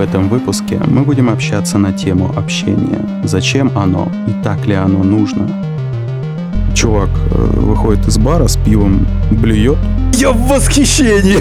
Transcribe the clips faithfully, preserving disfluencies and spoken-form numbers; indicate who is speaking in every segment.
Speaker 1: этом выпуске мы будем общаться на тему общения. Зачем оно и так ли оно нужно? Чувак выходит из бара с пивом, блюет.
Speaker 2: Я в восхищении!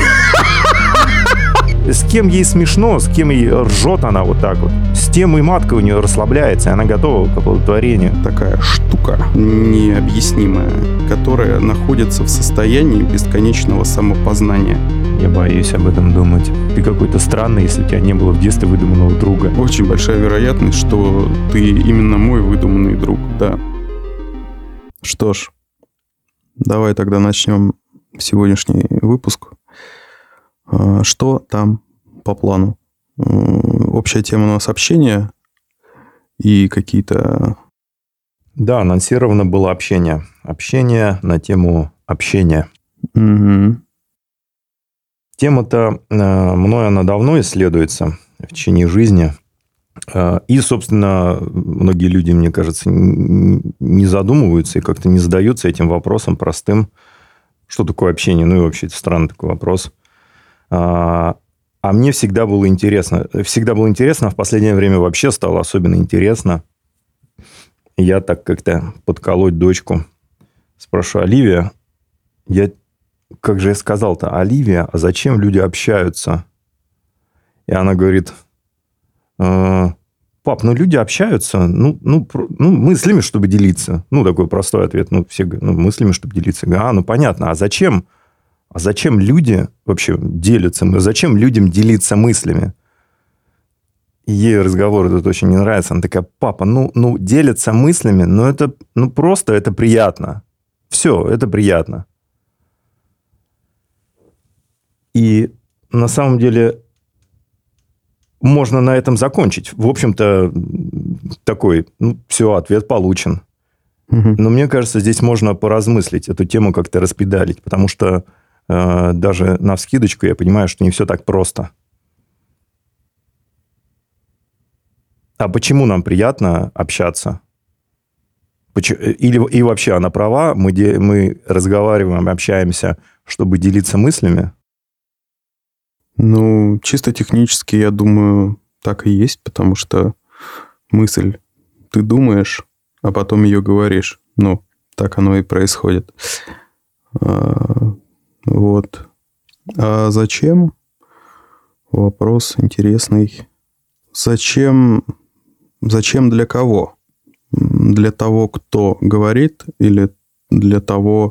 Speaker 2: С кем ей смешно, с кем ей ржет она вот так вот. С тем и матка у нее расслабляется, и она готова к оплодотворению.
Speaker 1: Такая штука необъяснимая, которая находится в состоянии бесконечного самопознания.
Speaker 2: Я боюсь об этом думать. Ты какой-то странный, если у тебя не было в детстве выдуманного друга.
Speaker 1: Очень большая вероятность, что ты именно мой выдуманный друг, да. Что ж, давай тогда начнем сегодняшний выпуск. Что там по плану? Общая тема у нас общение и какие-то...
Speaker 2: Да, анонсировано было общение. Общение на тему общения.
Speaker 1: Угу.
Speaker 2: Тема-то э, мной она давно исследуется в течение жизни. Э, и, собственно, многие люди, мне кажется, не задумываются и как-то не задаются этим вопросом простым. Что такое общение? Ну и вообще, это странный такой вопрос. А, а мне всегда было интересно. Всегда было интересно, а в последнее время вообще стало особенно интересно. Я так как-то подколоть дочку. Спрашиваю: Оливия, я... как же я сказал-то? Оливия, а зачем люди общаются? И она говорит: э, пап, ну люди общаются, ну, ну, ну, мыслями, чтобы делиться. Ну, такой простой ответ. Ну, все ну, мыслями, чтобы делиться. А, ну, понятно. А зачем? А зачем люди вообще делятся? Зачем людям делиться мыслями? И ей разговор этот очень не нравится. Она такая: папа, ну, ну делятся мыслями, но это ну, просто это приятно. Все, это приятно. И на самом деле можно на этом закончить. В общем-то, такой, ну, все, ответ получен.
Speaker 1: Угу.
Speaker 2: Но мне кажется, здесь можно поразмыслить, эту тему как-то распедалить, потому что э, даже навскидочку я понимаю, что не все так просто. А почему нам приятно общаться? Почему, или и вообще она права, мы, де, мы разговариваем, общаемся, чтобы делиться мыслями?
Speaker 1: Ну, чисто технически, я думаю, так и есть, потому что мысль ты думаешь, а потом ее говоришь. Ну, так оно и происходит. А, вот. А зачем? Вопрос интересный. Зачем? Зачем для кого? Для того, кто говорит, или для того,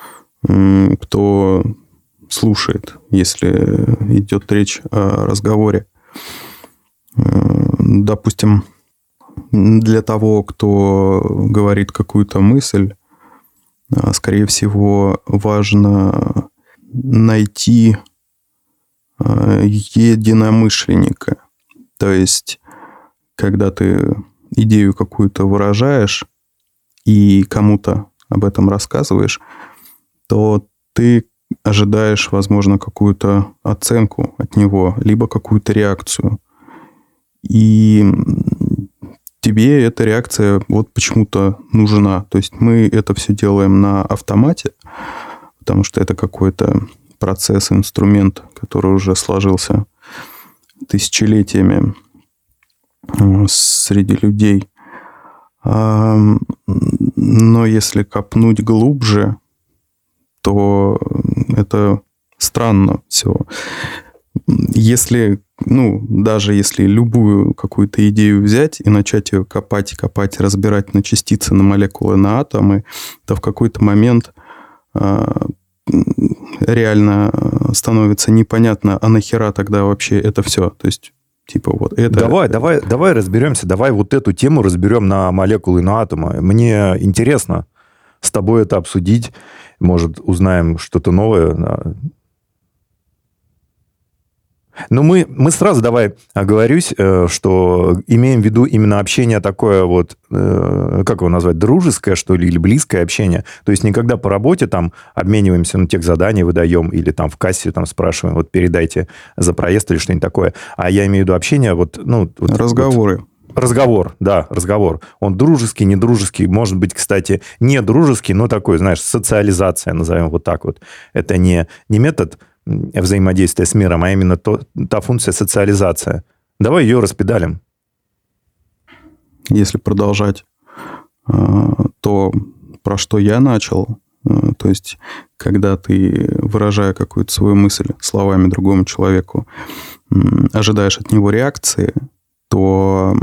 Speaker 1: кто слушает, если идет речь о разговоре? Допустим, для того, кто говорит какую-то мысль, скорее всего, важно найти единомышленника. То есть, когда ты идею какую-то выражаешь и кому-то об этом рассказываешь, то ты ожидаешь, возможно, какую-то оценку от него, либо какую-то реакцию. И тебе эта реакция вот почему-то нужна. То есть мы это все делаем на автомате, потому что это какой-то процесс, инструмент, который уже сложился тысячелетиями среди людей. Но если копнуть глубже, то это странно все. Если, ну, даже если любую какую-то идею взять и начать ее копать, копать, разбирать на частицы, на молекулы, на атомы, то в какой-то момент э, реально становится непонятно, а нахера тогда вообще это все. То есть, типа, вот это...
Speaker 2: Давай, давай, давай разберемся, давай вот эту тему разберем на молекулы, на атомы. Мне интересно с тобой это обсудить. Может, узнаем что-то новое. Но мы, мы сразу, давай оговорюсь, что имеем в виду именно общение такое вот, как его назвать, дружеское, что ли, или близкое общение. То есть, не когда по работе там обмениваемся, ну, тех заданий выдаем, или там в кассе там спрашиваем, вот передайте за проезд или что-нибудь такое. А я имею в виду общение, вот... ну вот,
Speaker 1: разговоры.
Speaker 2: Вот, разговор, да, разговор. Он дружеский, недружеский, может быть, кстати, не дружеский, но такой, знаешь, социализация, назовем вот так вот. Это не, не метод взаимодействия с миром, а именно то, та функция социализация. Давай ее распедалим.
Speaker 1: Если продолжать, то про что я начал, то есть когда ты, выражая какую-то свою мысль словами другому человеку, ожидаешь от него реакции, то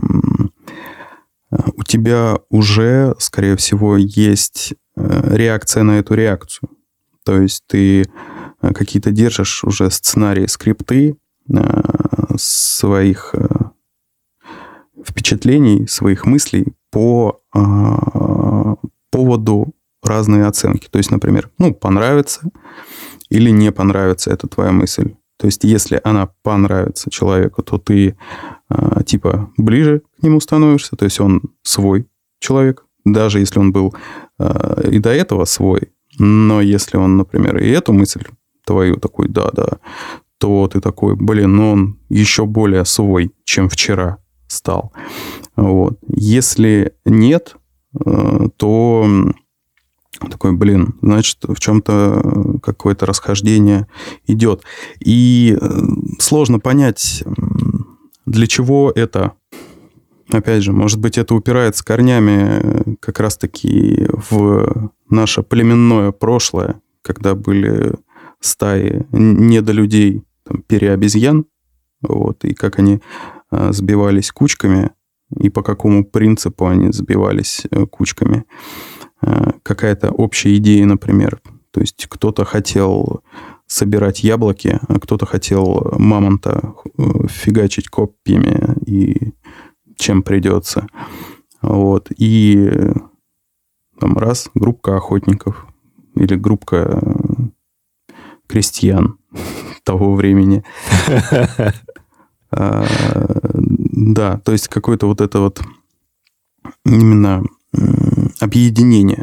Speaker 1: у тебя уже, скорее всего, есть реакция на эту реакцию. То есть ты какие-то держишь уже сценарии, скрипты своих впечатлений, своих мыслей по поводу разной оценки. То есть, например, ну, понравится или не понравится эта твоя мысль. То есть, если она понравится человеку, то ты э, типа ближе к нему становишься, то есть он свой человек, даже если он был э, и до этого свой. Но если он, например, и эту мысль твою такой, да-да, то ты такой, блин, ну он еще более свой, чем вчера стал. Вот. Если нет, э, то такой, блин, значит, в чем-то какое-то расхождение идет. И сложно понять, для чего это. Опять же, может быть, это упирается корнями как раз-таки в наше племенное прошлое, когда были стаи недолюдей, там, переобезьян, вот, и как они сбивались кучками, и по какому принципу они сбивались кучками. Какая-то общая идея, например. То есть кто-то хотел собирать яблоки, а кто-то хотел мамонта фигачить копьями и чем придется. Вот. И там раз, группка охотников или группка крестьян того времени. Да, то есть какое-то вот это вот именно объединение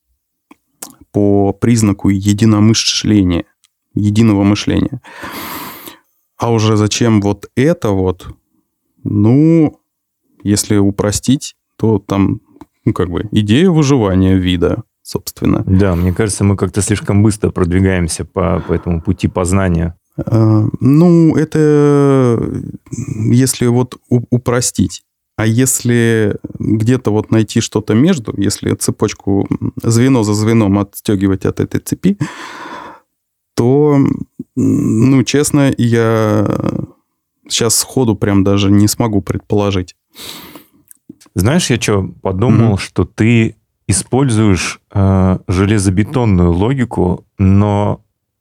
Speaker 1: по признаку единомышления, единого мышления. А уже зачем вот это вот? Ну, если упростить, то там, ну, как бы, идея выживания вида, собственно.
Speaker 2: Да, мне кажется, мы как-то слишком быстро продвигаемся по, по этому пути познания.
Speaker 1: Ну, это если вот упростить. А если где-то вот найти что-то между, если цепочку звено за звеном отстегивать от этой цепи, то, ну, честно, я сейчас сходу прям даже не смогу предположить.
Speaker 2: Знаешь, я что подумал, mm-hmm. что ты используешь э, железобетонную логику, но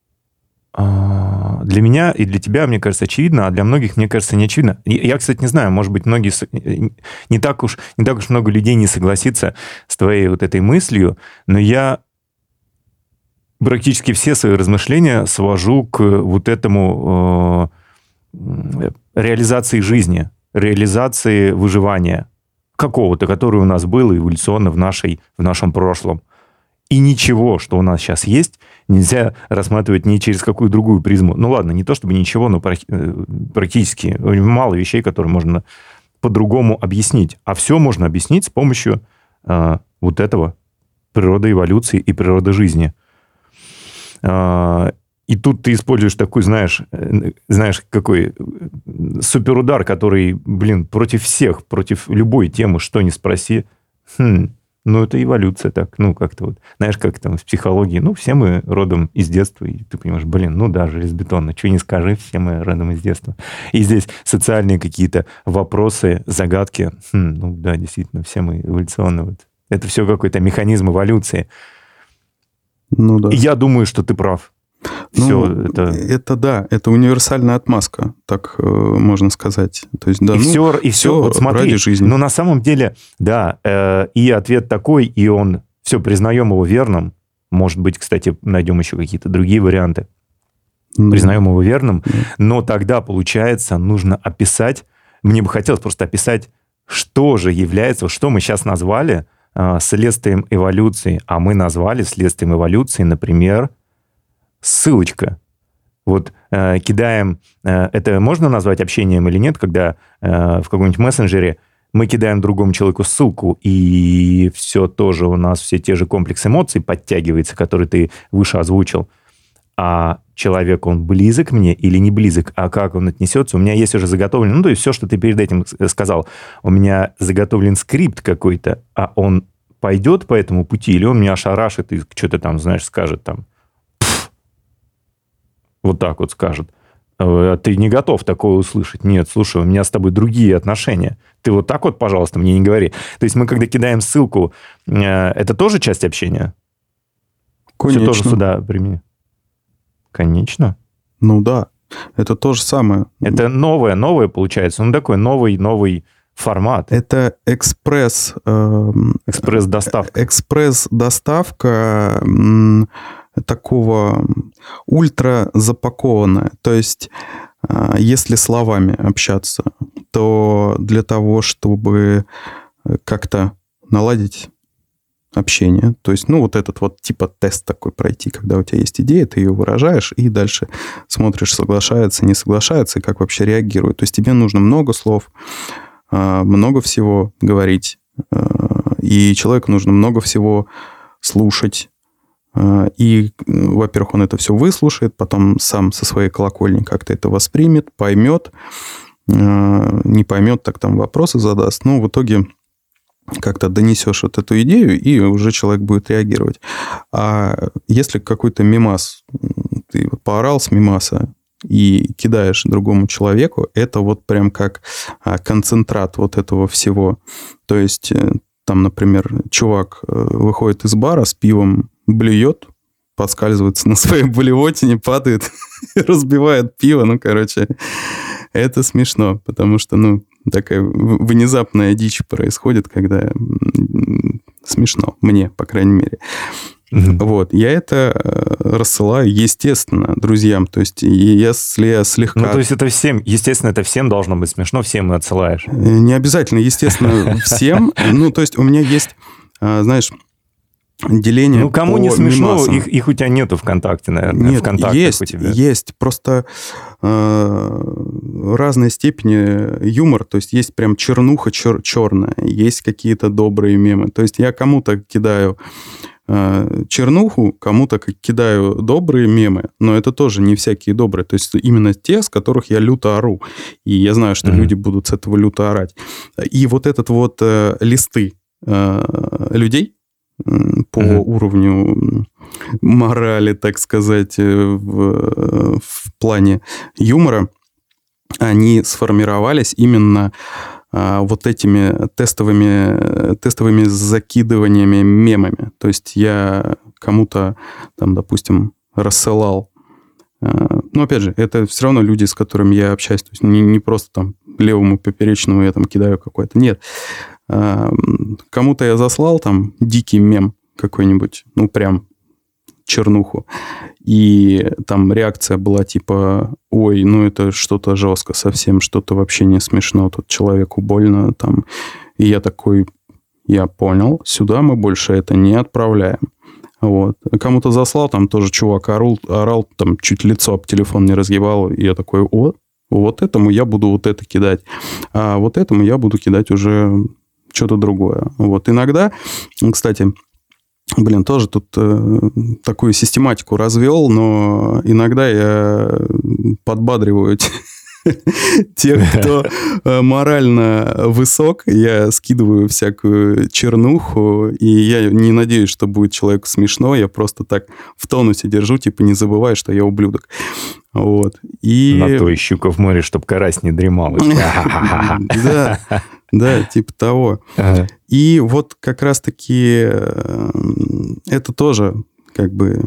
Speaker 2: для меня и для тебя, мне кажется, очевидно, а для многих, мне кажется, не очевидно. Я, кстати, не знаю, может быть, многие... Не так уж, не так уж много людей не согласится с твоей вот этой мыслью, но я практически все свои размышления свожу к вот этому э, реализации жизни, реализации выживания какого-то, которое у нас было эволюционно в, нашей, в нашем прошлом. И ничего, что у нас сейчас есть, нельзя рассматривать ни через какую другую призму. Ну ладно, не то чтобы ничего, но практически мало вещей, которые можно по-другому объяснить. А все можно объяснить с помощью э, вот этого природы эволюции и природы жизни. Э, и тут ты используешь такой, знаешь, знаешь, какой суперудар, который, блин, против всех, против любой темы, что ни спроси. Хм. Ну, это эволюция так, ну, как-то вот, знаешь, как там в психологии, ну, все мы родом из детства, и ты понимаешь, блин, ну да, железобетонно, что не скажи, все мы родом из детства. И здесь социальные какие-то вопросы, загадки, хм, ну да, действительно, все мы эволюционно, вот. Это все какой-то механизм эволюции.
Speaker 1: Ну да.
Speaker 2: И я думаю, что ты прав. Все
Speaker 1: ну,
Speaker 2: это...
Speaker 1: это да, это универсальная отмазка, так э, можно сказать. То есть, да,
Speaker 2: и
Speaker 1: ну,
Speaker 2: все, и все,
Speaker 1: все
Speaker 2: вот смотри,
Speaker 1: ради жизни.
Speaker 2: Но на самом деле, да, э, и ответ такой, и он, все, признаем его верным. Может быть, кстати, найдем еще какие-то другие варианты. Mm. Признаем его верным. Mm. Но тогда, получается, нужно описать, мне бы хотелось просто описать, что же является, что мы сейчас назвали э, следствием эволюции. А мы назвали следствием эволюции, например, ссылочка. Вот э, кидаем... Э, это можно назвать общением или нет, когда э, в каком-нибудь мессенджере мы кидаем другому человеку ссылку, и все тоже у нас, все те же комплексы эмоций подтягивается, которые ты выше озвучил. а человек, он близок мне или не близок, а как он отнесется. У меня есть уже заготовлен, ну, то есть все, что ты перед этим сказал, у меня заготовлен скрипт какой-то, а он пойдет по этому пути, или он меня ошарашит и что-то там, знаешь, скажет там, вот так вот скажет. Ты не готов такое услышать. Нет, слушай, у меня с тобой другие отношения. Ты вот так вот, пожалуйста, мне не говори. То есть мы, когда кидаем ссылку, это тоже часть общения?
Speaker 1: Конечно.
Speaker 2: Все тоже сюда применимо? Конечно.
Speaker 1: Ну да, это то же самое.
Speaker 2: Это новое, новое получается. Ну, такой новый, новый формат.
Speaker 1: Это экспресс... Э,
Speaker 2: экспресс-доставка.
Speaker 1: Экспресс-доставка м, такого ультра запакованная. То есть, э, если словами общаться, то для того, чтобы как-то наладить общение, то есть, ну, вот этот вот типа тест такой пройти, когда у тебя есть идея, ты ее выражаешь, и дальше смотришь, соглашается, не соглашается, и как вообще реагирует. То есть тебе нужно много слов, много всего говорить, и человеку нужно много всего слушать. И, во-первых, он это все выслушает, потом сам со своей колокольни как-то это воспримет, поймет, не поймет, так там вопросы задаст. Ну, в итоге как-то донесешь вот эту идею, и уже человек будет реагировать. А если какой-то мимас, ты вот поорал с мимаса и кидаешь другому человеку, это вот прям как концентрат вот этого всего. То есть там, например, чувак выходит из бара с пивом, блюет, подскальзывается на своей блевотине, падает, разбивает пиво. Ну, короче, это смешно, потому что, ну, такая внезапная дичь происходит, когда смешно, мне, по крайней мере. Mm-hmm. Вот, я это рассылаю, естественно, друзьям, то есть если я слегка...
Speaker 2: Ну, то есть это всем, естественно, это всем должно быть смешно, всем и отсылаешь.
Speaker 1: Не обязательно, естественно, всем. Ну, то есть у меня есть, знаешь... деление.
Speaker 2: Ну, кому не смешно, их, их у тебя нету ВКонтакте, наверное.
Speaker 1: Нет,
Speaker 2: ВКонтактах
Speaker 1: есть,
Speaker 2: у тебя.
Speaker 1: есть. Просто э, разной степени юмор. То есть есть прям чернуха чер- черная, есть какие-то добрые мемы. То есть я кому-то кидаю э, чернуху, кому-то кидаю добрые мемы, но это тоже не всякие добрые. То есть именно те, с которых я люто ору. И я знаю, что mm-hmm. люди будут с этого люто орать. И вот этот вот э, листы э, людей, по uh-huh. уровню морали, так сказать, в, в плане юмора, они сформировались именно а, вот этими тестовыми, тестовыми закидываниями мемами. То есть я кому-то, там, допустим, рассылал. А, ну, опять же, это все равно люди, с которыми я общаюсь. То есть не, не просто там левому поперечному я там кидаю какой-то. Нет. Кому-то я заслал там дикий мем какой-нибудь, ну, прям чернуху. И там реакция была типа, ой, ну, это что-то жестко совсем, что-то вообще не смешно, тут человеку больно там. И я такой, я понял, сюда мы больше это не отправляем. Вот. Кому-то заслал, там тоже чувак орал, орал, там чуть лицо об телефон не разъебал, и я такой, о, вот этому я буду вот это кидать. А вот этому я буду кидать уже... что-то другое. Вот. Иногда, кстати, блин, тоже тут э, такую систематику развел, но иногда я подбадриваю тех, кто морально высок. Я скидываю всякую чернуху, и я не надеюсь, что будет человеку смешно. Я просто так в тонусе держу, типа не забывай, что я ублюдок. Вот. И...
Speaker 2: На то и щука в море, чтоб карась не дремал.
Speaker 1: Да, да, типа того. Ага. И вот как раз-таки это тоже как бы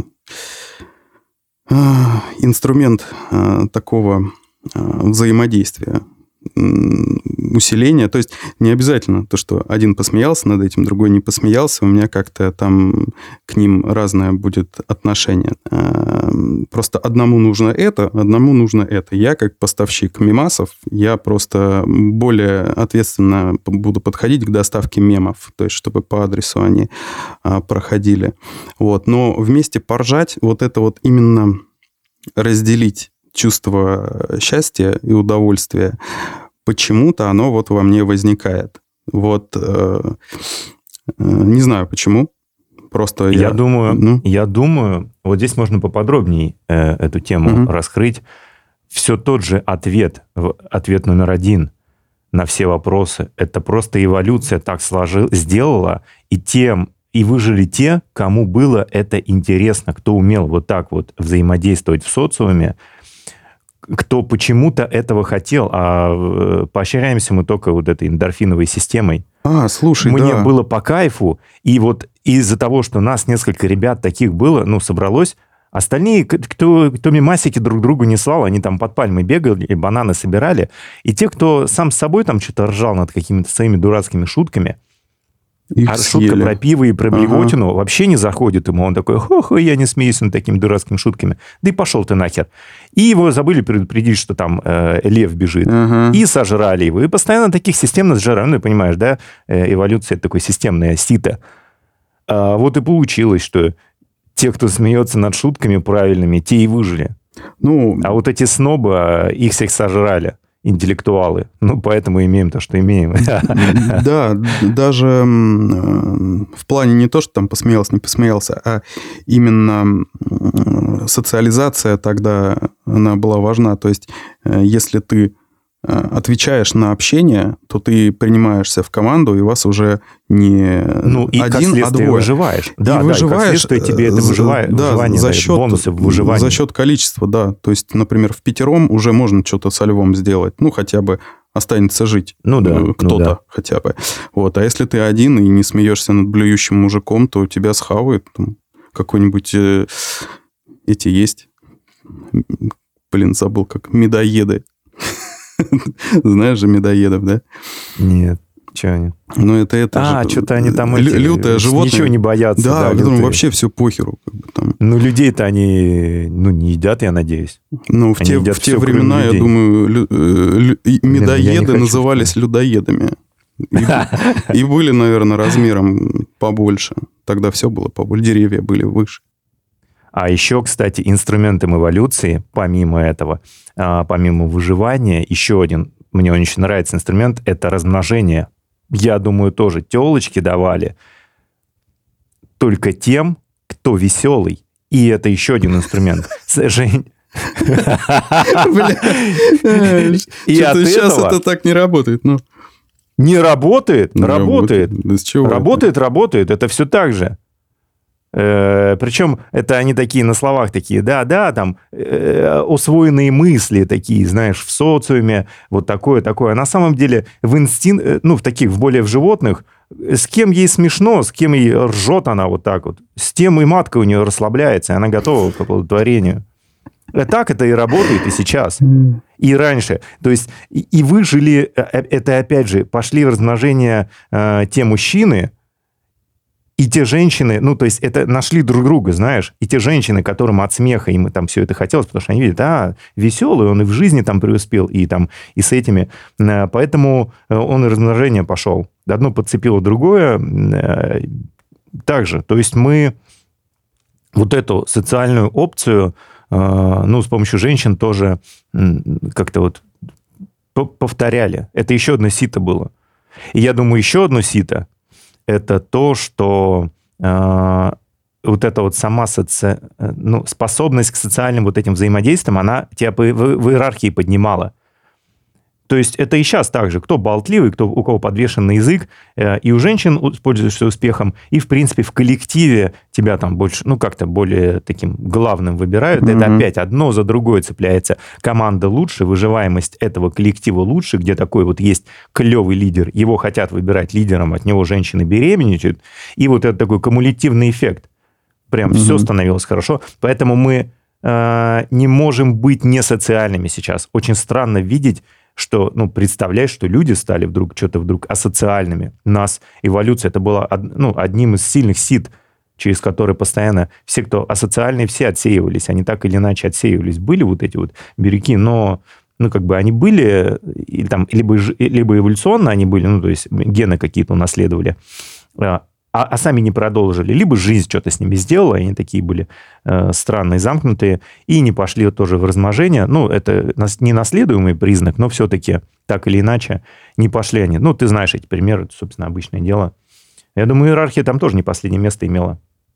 Speaker 1: инструмент такого взаимодействия, усиления. То есть не обязательно то, что один посмеялся над этим, другой не посмеялся. У меня как-то там к ним разное будет отношение. Просто одному нужно это, одному нужно это. Я, как поставщик мемасов, я просто более ответственно буду подходить к доставке мемов, то есть чтобы по адресу они проходили. Вот. Но вместе поржать, вот это вот именно разделить чувство счастья и удовольствия, почему-то оно вот во мне возникает. Вот э, э, не знаю почему. Просто
Speaker 2: я,
Speaker 1: я...
Speaker 2: думаю,
Speaker 1: ну?
Speaker 2: я думаю, вот здесь можно поподробнее э, эту тему угу. раскрыть. Все тот же ответ, ответ номер один на все вопросы. Это просто эволюция так сложила, сделала, и тем, и выжили те, кому было это интересно, кто умел вот так вот взаимодействовать в социуме, кто почему-то этого хотел, а поощряемся мы только вот этой эндорфиновой системой.
Speaker 1: А, слушай,
Speaker 2: Мне
Speaker 1: да.
Speaker 2: было по кайфу, и вот из-за того, что нас несколько ребят таких было, ну, собралось, остальные, кто, кто мимасики друг другу не слал, они там под пальмой бегали, бананы собирали, и те, кто сам с собой там что-то ржал над какими-то своими дурацкими шутками,
Speaker 1: их
Speaker 2: а
Speaker 1: съели.
Speaker 2: шутка про пиво и про блевотину
Speaker 1: ага.
Speaker 2: вообще не заходит ему. Он такой, хо-хо, я не смеюсь над такими дурацкими шутками. Да и пошел ты нахер. И его забыли предупредить, что там э, лев бежит.
Speaker 1: Ага.
Speaker 2: И сожрали его. И постоянно таких системно сжираем. Ну, понимаешь, да? Эволюция — это такое системное сито. А вот и получилось, что те, кто смеется над шутками правильными, те и выжили.
Speaker 1: Ну...
Speaker 2: А вот эти снобы, их всех сожрали. Интеллектуалы. Ну, поэтому имеем то, что имеем.
Speaker 1: Да, даже в плане не то, что там посмеялся, не посмеялся, а именно социализация тогда, она была важна. То есть, если ты отвечаешь на общение, то ты принимаешься в команду, и вас уже не
Speaker 2: ну, и
Speaker 1: один, а двое.
Speaker 2: Выживаешь. Да,
Speaker 1: и
Speaker 2: да,
Speaker 1: выживаешь.
Speaker 2: И как тебе это выживание,
Speaker 1: да,
Speaker 2: выживание
Speaker 1: за
Speaker 2: дает,
Speaker 1: счет,
Speaker 2: бонусы в выживании.
Speaker 1: За счет количества, да. То есть, например, в пятером уже можно что-то со львом сделать. Ну, хотя бы останется жить
Speaker 2: ну, да,
Speaker 1: кто-то
Speaker 2: ну, да.
Speaker 1: хотя бы. Вот. А если ты один и не смеешься над блюющим мужиком, то тебя схавают. Там, какой-нибудь... Э, эти есть... Блин, забыл, как медоеды. Знаешь же медоедов, да?
Speaker 2: Нет. Что они?
Speaker 1: Ну, это, это
Speaker 2: а,
Speaker 1: же...
Speaker 2: что-то они там...
Speaker 1: Лю-
Speaker 2: эти,
Speaker 1: лютое животное.
Speaker 2: Ничего не боятся.
Speaker 1: Да,
Speaker 2: да
Speaker 1: которым вообще все похеру. Как бы, там.
Speaker 2: Ну, людей-то они ну, не едят, я надеюсь.
Speaker 1: Ну, в
Speaker 2: они
Speaker 1: те, в те
Speaker 2: все,
Speaker 1: времена, я думаю, лю, лю, медоеды
Speaker 2: хочу,
Speaker 1: назывались что... людоедами. И, и были, наверное, размером побольше. Тогда все было побольше, деревья были выше.
Speaker 2: А еще, кстати, инструментом эволюции, помимо этого, помимо выживания, еще один, мне очень нравится инструмент, это размножение. Я думаю, тоже телочки давали только тем, кто веселый. И это еще один инструмент. Жень...
Speaker 1: Сейчас это так не работает, ну.
Speaker 2: Не работает? Работает. Работает, работает. Это все так же. Причем это они такие на словах такие, да-да, там э, усвоенные мысли такие, знаешь, в социуме, вот такое, такое. А на самом деле в инстинкт, ну, в таких, в более в животных, с кем ей смешно, с кем ей ржет она вот так вот, с тем и матка у нее расслабляется, и она готова к оплодотворению. А так это и работает и сейчас, и раньше. То есть и, и выжили, это опять же, пошли в размножение э, те мужчины, и те женщины, ну, то есть это нашли друг друга, знаешь, и те женщины, которым от смеха им там все это хотелось, потому что они видят, а, веселый, он и в жизни там преуспел, и там, и с этими. Поэтому он и размножение пошел. Одно подцепило другое. Также, то есть мы вот эту социальную опцию, ну, с помощью женщин тоже как-то вот повторяли. Это еще одно сито было. И я думаю, еще одно сито, это то, что э, вот эта вот сама соци... ну, способность к социальным вот этим взаимодействиям, она тебя в, в иерархии поднимала. То есть это и сейчас так же. Кто болтливый, кто, у кого подвешенный язык, э, и у женщин пользуешься успехом, и, в принципе, в коллективе тебя там больше, ну, как-то более таким главным выбирают. Mm-hmm. Это опять одно за другое цепляется. Команда лучше, выживаемость этого коллектива лучше, где такой вот есть клевый лидер, его хотят выбирать лидером, от него женщины беременеют, и вот это такой кумулятивный эффект. Прям mm-hmm. все становилось хорошо. Поэтому мы э, не можем быть несоциальными сейчас. Очень странно видеть, что, ну, представляешь, что люди стали вдруг что-то вдруг асоциальными. У нас эволюция, это было, ну, одним из сильных сит, через которые постоянно все, кто асоциальные, все отсеивались. Они так или иначе отсеивались. Были вот эти вот бирюки, но, ну, как бы они были, или там, либо, либо эволюционно они были, ну, то есть гены какие-то унаследовали, А, а сами не продолжили. Либо жизнь что-то с ними сделала, они такие были э, странные, замкнутые, и не пошли тоже в размножение. Ну, это не наследуемый признак, но все-таки так или иначе не пошли они. Ну, ты знаешь эти примеры, это, собственно, обычное дело. Я думаю, иерархия там тоже не последнее место имела.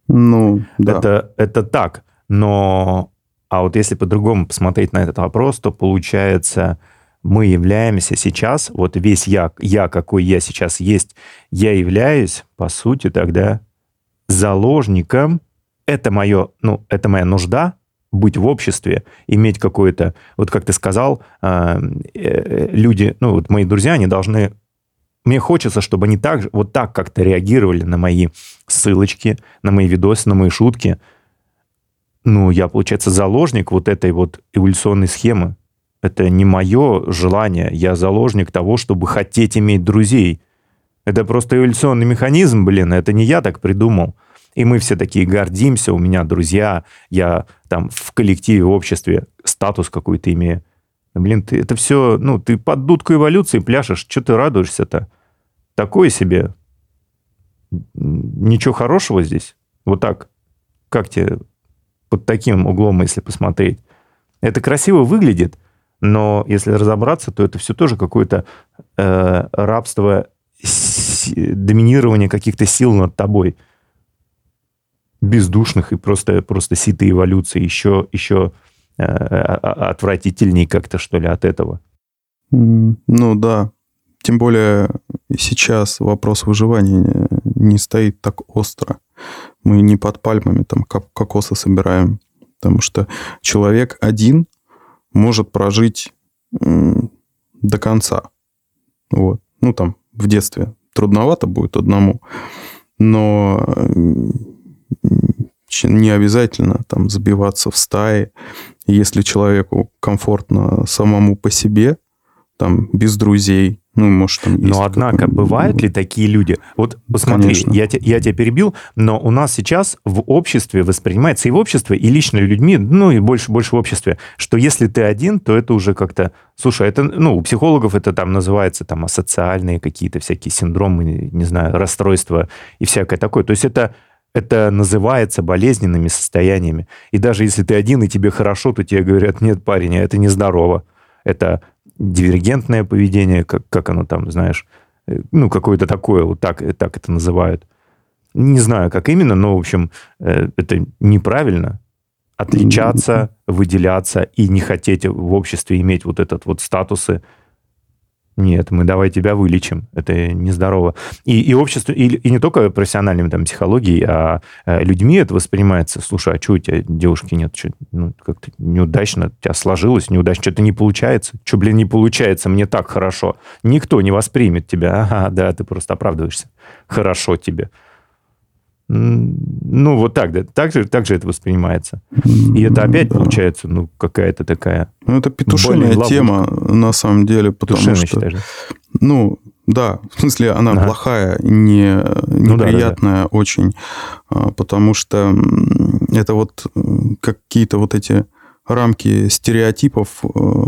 Speaker 1: Ну, да.
Speaker 2: Это, это так. Но... А вот если по-другому посмотреть на этот вопрос, то получается, мы являемся сейчас, вот весь я, я, какой я сейчас есть, я являюсь, по сути, тогда заложником. Это мое, ну, это моя нужда быть в обществе, иметь какое-то, вот как ты сказал, люди, ну, вот мои друзья, они должны... Мне хочется, чтобы они так же, вот так как-то реагировали на мои ссылочки, на мои видосы, на мои шутки. Ну, я, получается, заложник вот этой вот эволюционной схемы. Это не мое желание. Я заложник того, чтобы хотеть иметь друзей. Это просто эволюционный механизм, блин. Это не я так придумал. И мы все такие гордимся. У меня друзья. Я там в коллективе, в обществе статус какой-то имею. Блин, ты, это все... Ну, ты под дудку эволюции пляшешь. Что ты радуешься-то? Такое себе. Ничего хорошего здесь. Вот так. Как тебе... Под таким углом, если посмотреть. Это красиво выглядит, но если разобраться, то это все тоже какое-то э, рабство, с, доминирование каких-то сил над тобой. Бездушных и просто, просто ситой эволюции. Еще, еще э, отвратительней как-то, что ли, от этого.
Speaker 1: Ну да. Тем более сейчас вопрос выживания не стоит так остро. Мы не под пальмами там кокосы собираем. Потому что человек один может прожить до конца. Вот. Ну, там, в детстве трудновато будет одному. Но не обязательно там забиваться в стаи. Если человеку комфортно самому по себе, там, без друзей, ну, может, там есть...
Speaker 2: Но, однако,
Speaker 1: какой-то...
Speaker 2: бывают ли такие люди? Вот, посмотри, я, те, я тебя перебил, но у нас сейчас в обществе воспринимается, и в обществе, и лично людьми, ну, и больше, больше в обществе, что если ты один, то это уже как-то... Слушай, это, ну, у психологов это там называется там асоциальные какие-то всякие синдромы, не знаю, расстройства и всякое такое. То есть это... Это называется болезненными состояниями. И даже если ты один, и тебе хорошо, то тебе говорят, нет, парень, это нездорово. Это дивергентное поведение, как, как оно там, знаешь, ну, какое-то такое, вот так, так это называют. Не знаю, как именно, но, в общем, это неправильно. Отличаться, выделяться и не хотеть в обществе иметь вот этот вот статусы. Нет, мы давай тебя вылечим. Это нездорово. И, и общество, и, и не только профессиональными там, психологией, а, а людьми это воспринимается. Слушай, а что у тебя девушки нет? Что, ну, как-то неудачно, у тебя сложилось неудачно, что-то не получается. Что, блин, не получается? Мне так хорошо. Никто не воспримет тебя. Ага, да, ты просто оправдываешься. Хорошо тебе. Ну, вот так, да. Так же, так же это воспринимается. И это опять да. получается, ну, какая-то такая...
Speaker 1: Ну, это петушиная тема, на самом деле, потому Петушиная, что... Считаешь, да? Ну, да, в смысле, она ага. плохая, не, неприятная ну, да, да, да. очень, потому что это вот какие-то вот эти рамки стереотипов...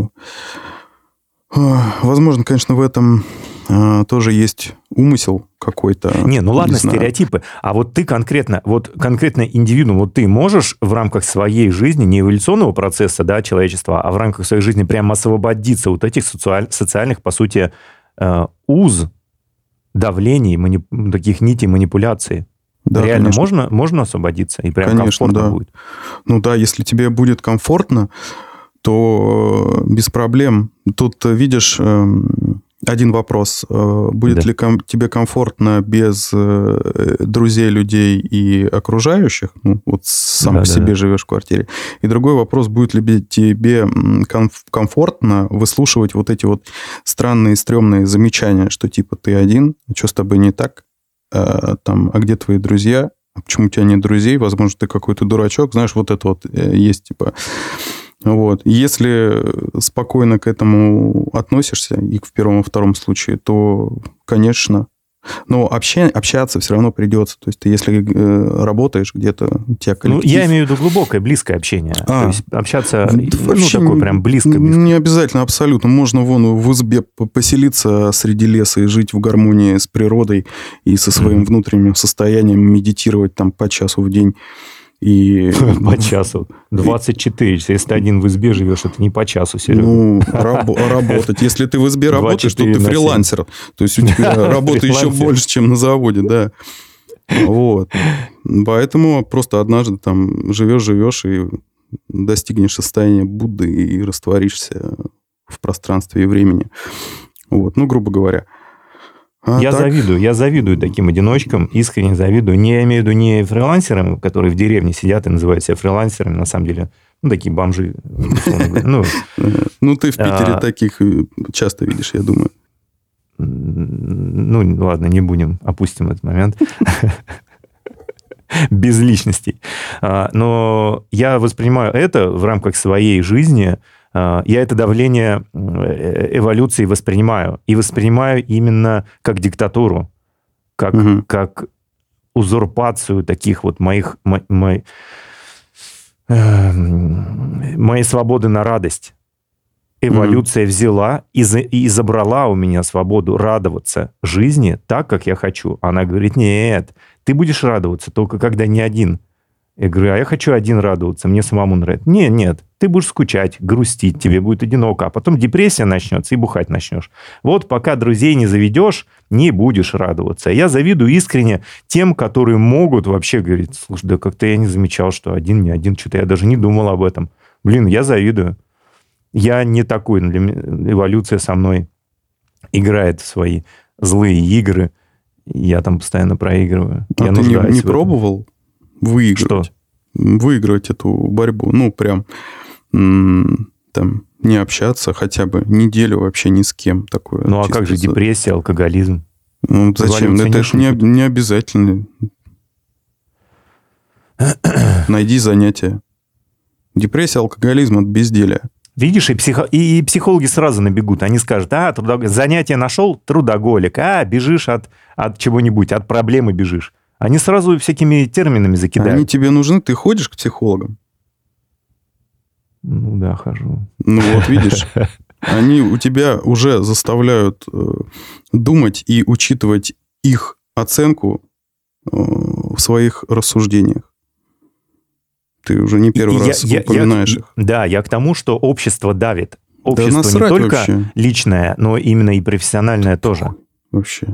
Speaker 1: Возможно, конечно, в этом а, тоже есть умысел какой-то.
Speaker 2: Не, ну ладно,
Speaker 1: не
Speaker 2: стереотипы. А вот ты конкретно, вот конкретно индивидуум, вот ты можешь в рамках своей жизни, не эволюционного процесса, да, человечества, а в рамках своей жизни прямо освободиться от этих социаль, социальных, по сути, э, уз, давлений, манip, таких нитей манипуляций? Да, реально можно, можно освободиться? И прям
Speaker 1: конечно, комфортно да. будет? Ну да, если тебе будет комфортно, то без проблем. Тут, видишь, один вопрос. Будет да. ли ком- тебе комфортно без друзей, людей и окружающих? Ну, вот сам да, по да, себе да. живешь в квартире. И другой вопрос, будет ли тебе комф- комфортно выслушивать вот эти вот странные, стрёмные замечания, что типа ты один, что с тобой не так? А, там, а где твои друзья? А почему у тебя нет друзей? Возможно, ты какой-то дурачок. Знаешь, вот это вот есть, типа... Вот. Если спокойно к этому относишься, и в первом и втором случае, то, конечно. Но обща... общаться все равно придется. То есть ты, если работаешь где-то, у тебя коллектив...
Speaker 2: Ну, я имею в виду глубокое, близкое общение. А, то есть общаться, ну,
Speaker 1: вообще
Speaker 2: такое прям близко, близко.
Speaker 1: Не обязательно, абсолютно. Можно вон в избе поселиться среди леса и жить в гармонии с природой и со своим mm-hmm. внутренним состоянием, медитировать там по часу в день. И...
Speaker 2: По часу. двадцать четыре часа. Если ты один в избе живешь, это не по часу, Серега.
Speaker 1: Ну, раб- работать. Если ты в избе работаешь, то ты фрилансер. То есть у тебя работы еще больше, чем на заводе, да. Вот. Поэтому просто однажды там живешь-живешь и достигнешь состояния Будды и растворишься в пространстве и времени. Вот, ну, грубо говоря.
Speaker 2: А я так... завидую, я завидую таким одиночкам, искренне завидую. Не, я имею в виду не фрилансерам, которые в деревне сидят и называют себя фрилансерами, на самом деле, ну, такие бомжи. Ну,
Speaker 1: ну ты в Питере таких часто видишь, я думаю.
Speaker 2: Ну, ладно, не будем, опустим этот момент. Без личностей. Но я воспринимаю это в рамках своей жизни. Я это давление эволюции воспринимаю. И воспринимаю именно как диктатуру, как, угу. как узурпацию таких вот моих, мо, мо, э, моей свободы на радость. Эволюция угу. взяла и, за, и забрала у меня свободу радоваться жизни так, как я хочу. Она говорит, нет, ты будешь радоваться только когда не один. Я говорю, а я хочу один радоваться, мне самому нравится. Нет, нет, ты будешь скучать, грустить, тебе будет одиноко, а потом депрессия начнется и бухать начнешь. Вот пока друзей не заведешь, не будешь радоваться. Я завидую искренне тем, которые могут вообще говорить, слушай, да как-то я не замечал, что один не один, что-то я даже не думал об этом. Блин, я завидую. Я не такой, эволюция со мной играет в свои злые игры, я там постоянно проигрываю.
Speaker 1: А
Speaker 2: я
Speaker 1: ты не, не пробовал? Выиграть.
Speaker 2: Что?
Speaker 1: Выиграть эту борьбу. Ну, прям там не общаться хотя бы неделю вообще ни с кем. Такое.
Speaker 2: Ну, а как же депрессия, алкоголизм?
Speaker 1: Ну, зачем? Это, это не, не обязательно. Найди занятие. Депрессия, алкоголизм от безделия.
Speaker 2: Видишь, и, психо... и психологи сразу набегут. Они скажут, а, трудо... занятие нашел, трудоголик. А, бежишь от, от чего-нибудь, от проблемы бежишь. Они сразу всякими терминами закидают.
Speaker 1: Они тебе нужны, ты ходишь к психологам?
Speaker 2: Ну да, хожу.
Speaker 1: Ну вот видишь, они у тебя уже заставляют думать и учитывать их оценку в своих рассуждениях. Ты уже не первый и раз я, упоминаешь
Speaker 2: я,
Speaker 1: их.
Speaker 2: Да, я к тому, что общество давит. Общество да не только вообще. Личное, но именно и профессиональное тоже.
Speaker 1: Вообще.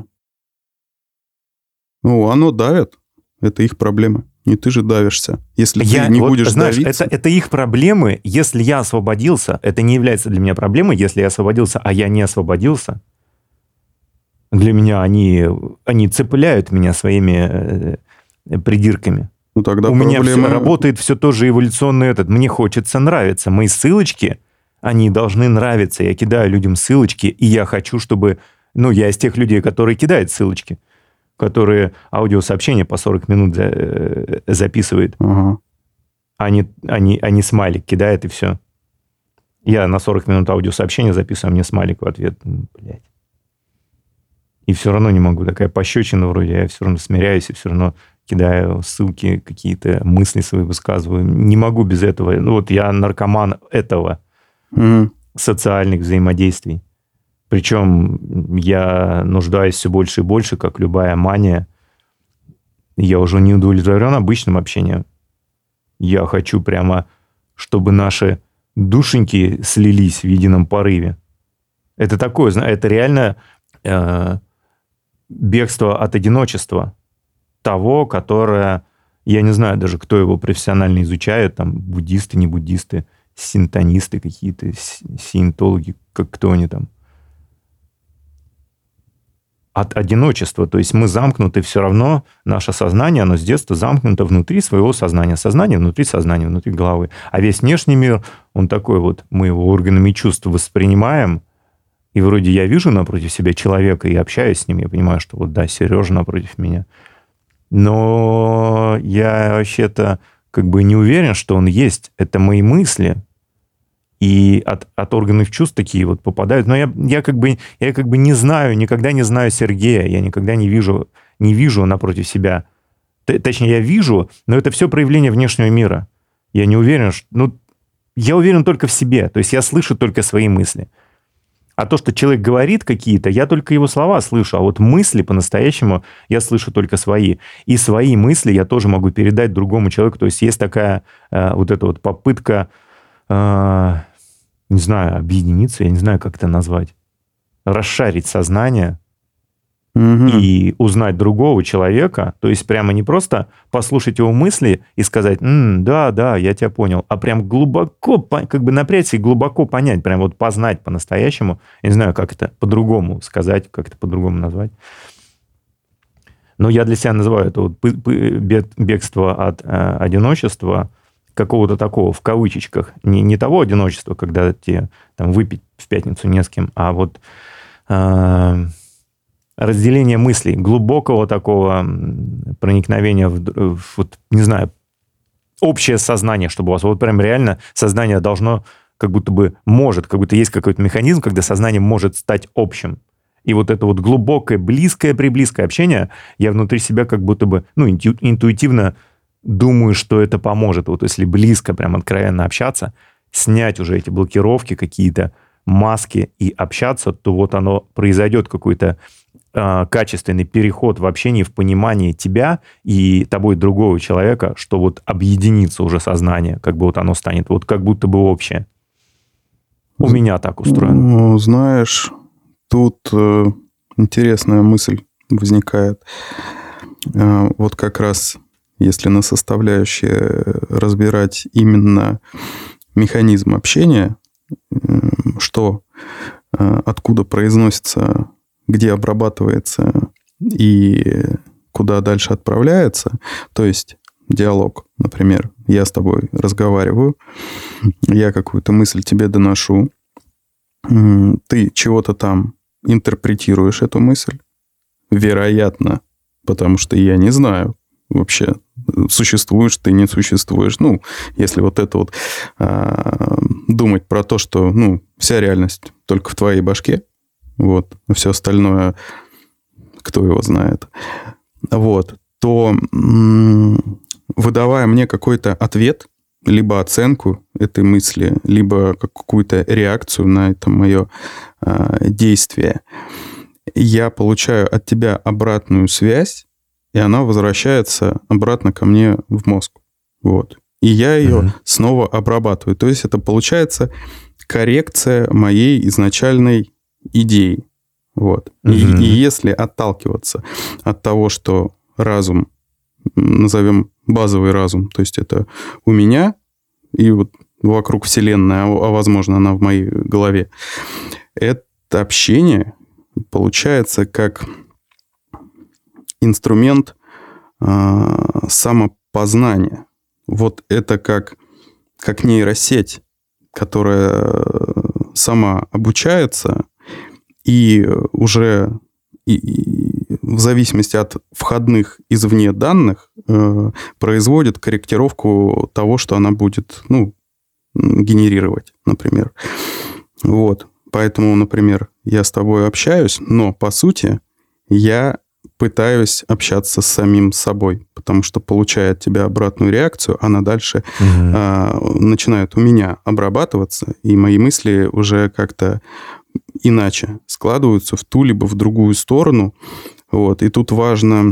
Speaker 1: Ну, оно давит. Это их проблемы. Не ты же давишься. Если я, ты не вот, будешь
Speaker 2: знаешь,
Speaker 1: давиться...
Speaker 2: Это, это их проблемы. Если я освободился, это не является для меня проблемой. Если я освободился, а я не освободился, для меня они, они цепляют меня своими э, придирками.
Speaker 1: Ну, тогда
Speaker 2: У
Speaker 1: проблема...
Speaker 2: меня все, работает все тоже эволюционный этот. Мне хочется нравиться. Мои ссылочки, они должны нравиться. Я кидаю людям ссылочки, и я хочу, чтобы... Ну, я из тех людей, которые кидают ссылочки, которые аудиосообщения по сорок минут за, записывают.
Speaker 1: Ага.
Speaker 2: Они, они, они смайлик кидают, и все. Я на сорок минут аудиосообщения записываю, а мне смайлик в ответ. Блядь. И все равно не могу. Такая пощечина вроде. Я все равно смиряюсь, и все равно кидаю ссылки, какие-то мысли свои высказываю. Не могу без этого. Ну, вот я наркоман этого.
Speaker 1: Mm.
Speaker 2: Социальных взаимодействий. Причем я нуждаюсь все больше и больше, как любая мания. Я уже не удовлетворен обычным общением. Я хочу прямо, чтобы наши душеньки слились в едином порыве. Это такое, это реально э, бегство от одиночества. Того, которое, я не знаю даже, кто его профессионально изучает, там буддисты, не буддисты, синтонисты какие-то, сиентологи, как кто они там. От одиночества. То есть мы замкнуты все равно, наше сознание, оно с детства замкнуто внутри своего сознания. Сознание внутри сознания, внутри головы. А весь внешний мир, он такой вот, мы его органами чувств воспринимаем, и вроде я вижу напротив себя человека и общаюсь с ним, я понимаю, что вот да, Сережа напротив меня. Но я вообще-то как бы не уверен, что он есть. Это мои мысли. И от, от органов чувств такие вот попадают. Но я, я, как бы, я как бы не знаю, никогда не знаю Сергея. Я никогда не вижу, не вижу напротив себя. Т, точнее, я вижу, но это все проявление внешнего мира. Я не уверен, что... Ну, я уверен только в себе. То есть я слышу только свои мысли. А то, что человек говорит какие-то, я только его слова слышу. А вот мысли по-настоящему я слышу только свои. И свои мысли я тоже могу передать другому человеку. То есть есть такая э, вот эта вот попытка... Uh, не знаю, объединиться, я не знаю, как это назвать. Расшарить сознание
Speaker 1: Угу.
Speaker 2: и узнать другого человека, то есть прямо не просто послушать его мысли и сказать, «М, да, да, я тебя понял», а прям глубоко, как бы напрячься и глубоко понять, прям вот познать по-настоящему. Я не знаю, как это по-другому сказать, как это по-другому назвать. Но я для себя называю это вот бегство от э, одиночества, какого-то такого, в кавычечках, не, не того одиночества, когда тебе там выпить в пятницу не с кем, а вот э, разделение мыслей, глубокого такого проникновения в, в, вот, не знаю, общее сознание, чтобы у вас вот прям реально сознание должно, как будто бы может, как будто есть какой-то механизм, когда сознание может стать общим. И вот это вот глубокое, близкое, приблизкое общение, я внутри себя как будто бы, ну, инту, интуитивно думаю, что это поможет. Вот если близко, прям откровенно общаться, снять уже эти блокировки, какие-то маски и общаться, то вот оно произойдет какой-то э, качественный переход в общении, в понимании тебя и тобой другого человека, что вот объединится уже сознание, как бы вот оно станет, вот как будто бы общее. У меня так устроено.
Speaker 1: Ну, знаешь, тут э, интересная мысль возникает. Э, вот как раз если на составляющие разбирать именно механизм общения, что, откуда произносится, где обрабатывается и куда дальше отправляется, то есть диалог, например, я с тобой разговариваю, я какую-то мысль тебе доношу, ты чего-то там интерпретируешь эту мысль, вероятно, потому что я не знаю, вообще существуешь ты, не существуешь. Ну, если вот это вот а, думать про то, что, ну, вся реальность только в твоей башке, вот, а все остальное, кто его знает, вот, то м- выдавая мне какой-то ответ, либо оценку этой мысли, либо какую-то реакцию на это мое а, действие, я получаю от тебя обратную связь, и она возвращается обратно ко мне в мозг. Вот. И я ее mm-hmm. снова обрабатываю. То есть это получается коррекция моей изначальной идеи. Вот. Mm-hmm. И, и если отталкиваться от того, что разум, назовем базовый разум, то есть это у меня и вот вокруг Вселенная, а, а возможно она в моей голове, это общение получается как инструмент э, самопознания. Вот это как, как нейросеть, которая сама обучается и уже и, и в зависимости от входных извне данных э, производит корректировку того, что она будет, ну, генерировать, например. Вот. Поэтому, например, я с тобой общаюсь, но, по сути, я пытаюсь общаться с самим собой, потому что, получая от тебя обратную реакцию, она дальше угу. а, начинает у меня обрабатываться, и мои мысли уже как-то иначе складываются в ту либо в другую сторону. Вот. И тут важно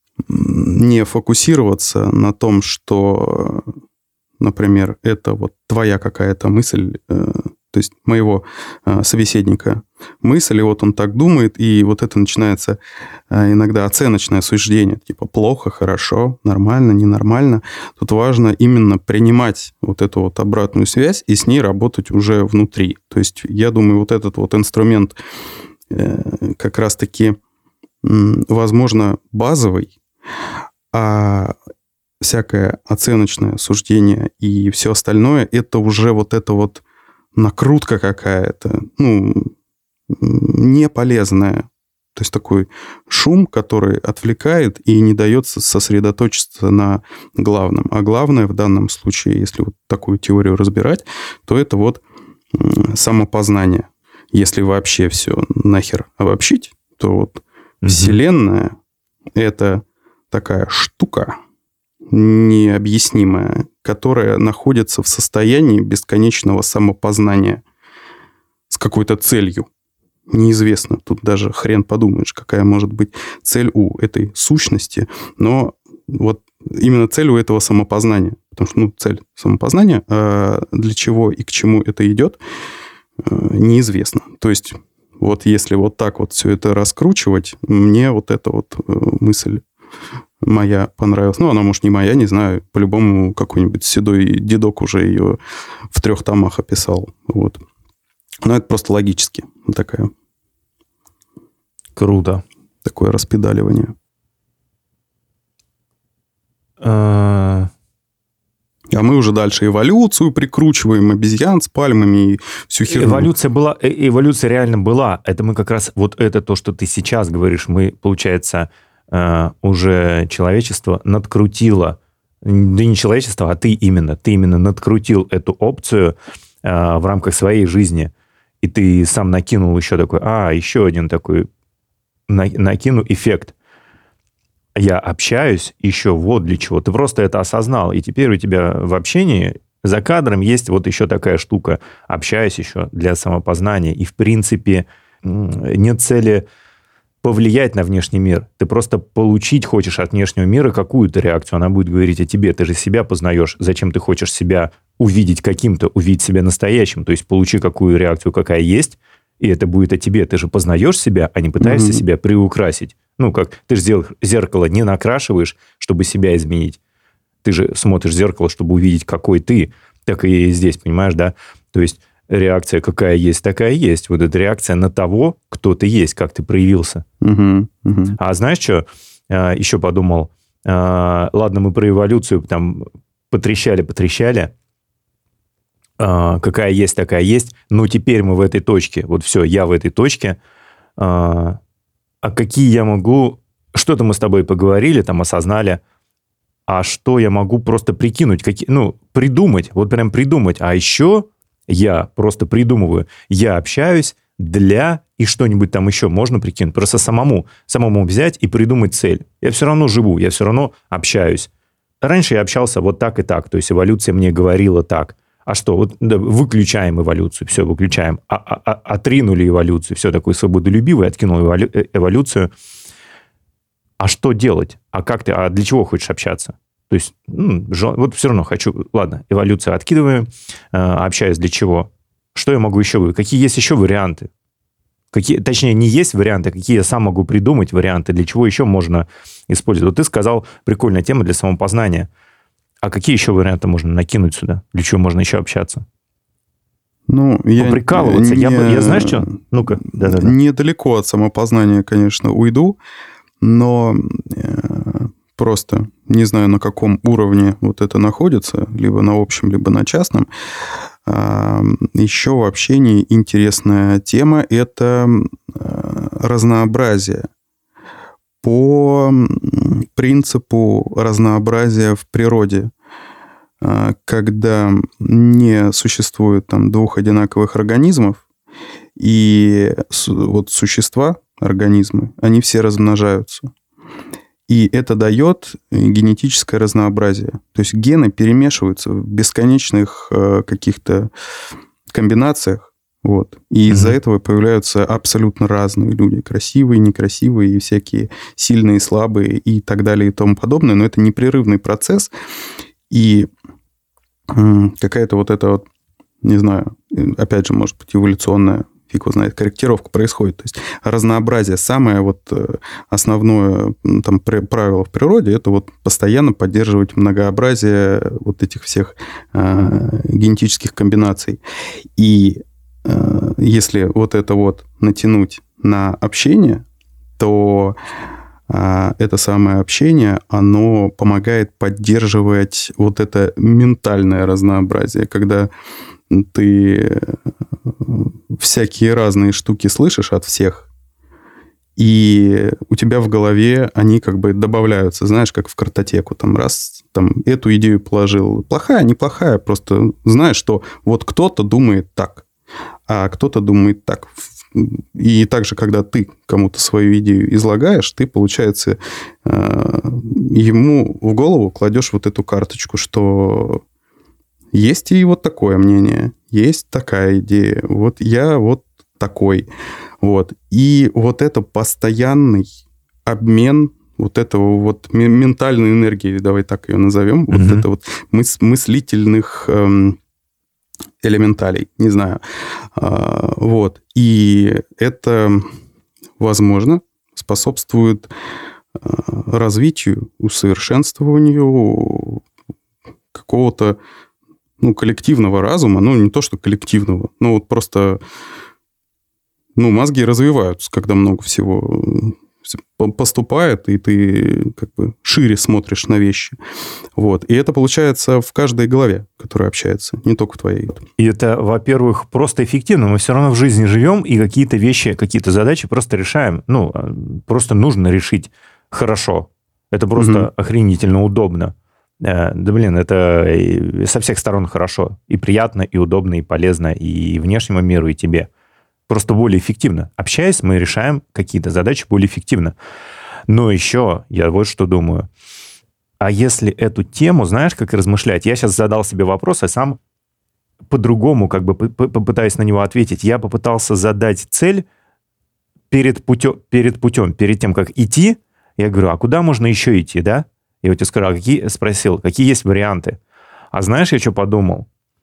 Speaker 1: не фокусироваться на том, что, например, это вот твоя какая-то мысль, то есть моего э, собеседника мысль, и вот он так думает, и вот это начинается э, иногда оценочное суждение, типа плохо, хорошо, нормально, ненормально. Тут важно именно принимать вот эту вот обратную связь и с ней работать уже внутри. То есть я думаю, вот этот вот инструмент э, как раз-таки, э, возможно, базовый, а всякое оценочное суждение и все остальное, это уже вот это вот накрутка какая-то, ну, не полезная. То есть такой шум, который отвлекает и не дает сосредоточиться на главном. А главное в данном случае, если вот такую теорию разбирать, то это вот самопознание. Если вообще все нахер обобщить, то вот mm-hmm. Вселенная — это такая штука необъяснимая, которая находится в состоянии бесконечного самопознания с какой-то целью. Неизвестно. Тут даже хрен подумаешь, какая может быть цель у этой сущности. Но вот именно цель у этого самопознания. Потому что, ну, цель самопознания, а для чего и к чему это идет, неизвестно. То есть Вот если вот так вот все это раскручивать, мне вот эта вот мысль моя понравилась. Ну, она, может, не моя, не знаю. По-любому какой-нибудь седой дедок уже ее в трех томах описал. Вот. Но это просто логически такая.
Speaker 2: Круто.
Speaker 1: Такое распедаливание.
Speaker 2: А...
Speaker 1: а мы уже дальше эволюцию прикручиваем, обезьян с пальмами и всю херню.
Speaker 2: Эволюция была, эволюция реально была. Это мы как раз, вот это то, что ты сейчас говоришь, мы, получается, уже человечество надкрутило, да не человечество, а ты именно, ты именно надкрутил эту опцию в рамках своей жизни. И ты сам накинул еще такой, а, еще один такой, накину эффект. Я общаюсь еще вот для чего. Ты просто это осознал. И теперь у тебя в общении за кадром есть вот еще такая штука. Общаюсь еще для самопознания. И, в принципе, нет цели повлиять на внешний мир. Ты просто получить хочешь от внешнего мира какую-то реакцию. Она будет говорить о тебе. Ты же себя познаешь. Зачем ты хочешь себя увидеть каким-то, увидеть себя настоящим? То есть получи какую реакцию, какая есть, и это будет о тебе. Ты же познаешь себя, а не пытаешься mm-hmm. себя приукрасить. Ну, как ты же зеркало не накрашиваешь, чтобы себя изменить. Ты же смотришь в зеркало, чтобы увидеть, какой ты. Так и здесь, понимаешь, да? То есть реакция какая есть, такая есть. Вот эта реакция на того, кто ты есть, как ты проявился.
Speaker 1: Uh-huh, uh-huh.
Speaker 2: А знаешь что? Еще подумал. Ладно, мы про эволюцию там потрещали, потрещали. Какая есть, такая есть. Но теперь мы в этой точке. Вот все, я в этой точке. А какие я могу... Что-то мы с тобой поговорили, там осознали. А что я могу просто прикинуть? Какие... Ну, придумать. Вот прям придумать. А еще... Я просто придумываю. Я общаюсь для... И что-нибудь там еще можно прикинуть. Просто самому, самому взять и придумать цель. Я все равно живу, я все равно общаюсь. Раньше я общался вот так и так. То есть эволюция мне говорила так. А что? Вот да, выключаем эволюцию. Все, выключаем. А, а, а, отринули эволюцию. Все, такой свободолюбивый, откинул эволю, эволюцию. А что делать? А как ты? А для чего хочешь общаться? То есть, ну, вот все равно хочу... Ладно, эволюцию откидываем, общаюсь для чего? Что я могу еще... Какие есть еще варианты? Какие, точнее, не есть варианты, какие я сам могу придумать варианты, для чего еще можно использовать. Вот ты сказал, прикольная тема для самопознания. А какие еще варианты можно накинуть сюда? Для чего можно еще общаться?
Speaker 1: Ну, я...
Speaker 2: Поприкалываться. Не, я, я знаешь что? Ну-ка. Да-да-да.
Speaker 1: Недалеко от самопознания, конечно, уйду, но... Просто не знаю, на каком уровне вот это находится, либо на общем, либо на частном. Еще в общении интересная тема – это разнообразие. По принципу разнообразия в природе, когда не существует там двух одинаковых организмов, и вот существа, организмы, они все размножаются. И это дает генетическое разнообразие. То есть гены перемешиваются в бесконечных э, каких-то комбинациях. Вот. И mm-hmm. из-за этого появляются абсолютно разные люди. Красивые, некрасивые, и всякие сильные, слабые и так далее и тому подобное. Но это непрерывный процесс. И э, какая-то вот эта вот, не знаю, опять же, может быть, эволюционная, фиг его знает, корректировка происходит. То есть разнообразие, самое вот основное там, правило в природе, это вот постоянно поддерживать многообразие вот этих всех э, генетических комбинаций. И э, если вот это вот натянуть на общение, то э, это самое общение, оно помогает поддерживать вот это ментальное разнообразие, когда ты всякие разные штуки слышишь от всех, и у тебя в голове они как бы добавляются, знаешь, как в картотеку. Там раз, там эту идею положил. Плохая, неплохая, просто знаешь, что вот кто-то думает так, а кто-то думает так. И также, когда ты кому-то свою идею излагаешь, ты, получается, ему в голову кладешь вот эту карточку, что... Есть и вот такое мнение, есть такая идея, вот я вот такой. Вот. И вот это постоянный обмен вот этого вот ментальной энергии, давай так ее назовем, mm-hmm. вот это вот мыс- мыслительных эм, элементалей, не знаю. Вот. И это, возможно, способствует развитию, усовершенствованию какого-то, ну, коллективного разума. Ну, не то, что коллективного, но вот просто, ну, мозги развиваются, когда много всего поступает, и ты как бы шире смотришь на вещи. Вот. И это получается в каждой голове, которая общается, не только в твоей.
Speaker 2: И это, во-первых, просто эффективно. Мы все равно в жизни живем, и какие-то вещи, какие-то задачи просто решаем. Ну, просто нужно решить хорошо. Это просто угу. охренительно удобно. Да, блин, это со всех сторон хорошо. И приятно, и удобно, и полезно, и внешнему миру, и тебе. Просто более эффективно. Общаясь, мы решаем какие-то задачи более эффективно. Но еще я вот что думаю. А если эту тему, знаешь, как размышлять? Я сейчас задал себе вопрос, а сам по-другому как бы попытаюсь на него ответить. Я попытался задать цель перед путем, перед путем, перед тем, как идти. Я говорю, а куда можно еще идти, да? Я вот тебе сказал, какие, спросил, какие есть варианты. А знаешь, я что подумал?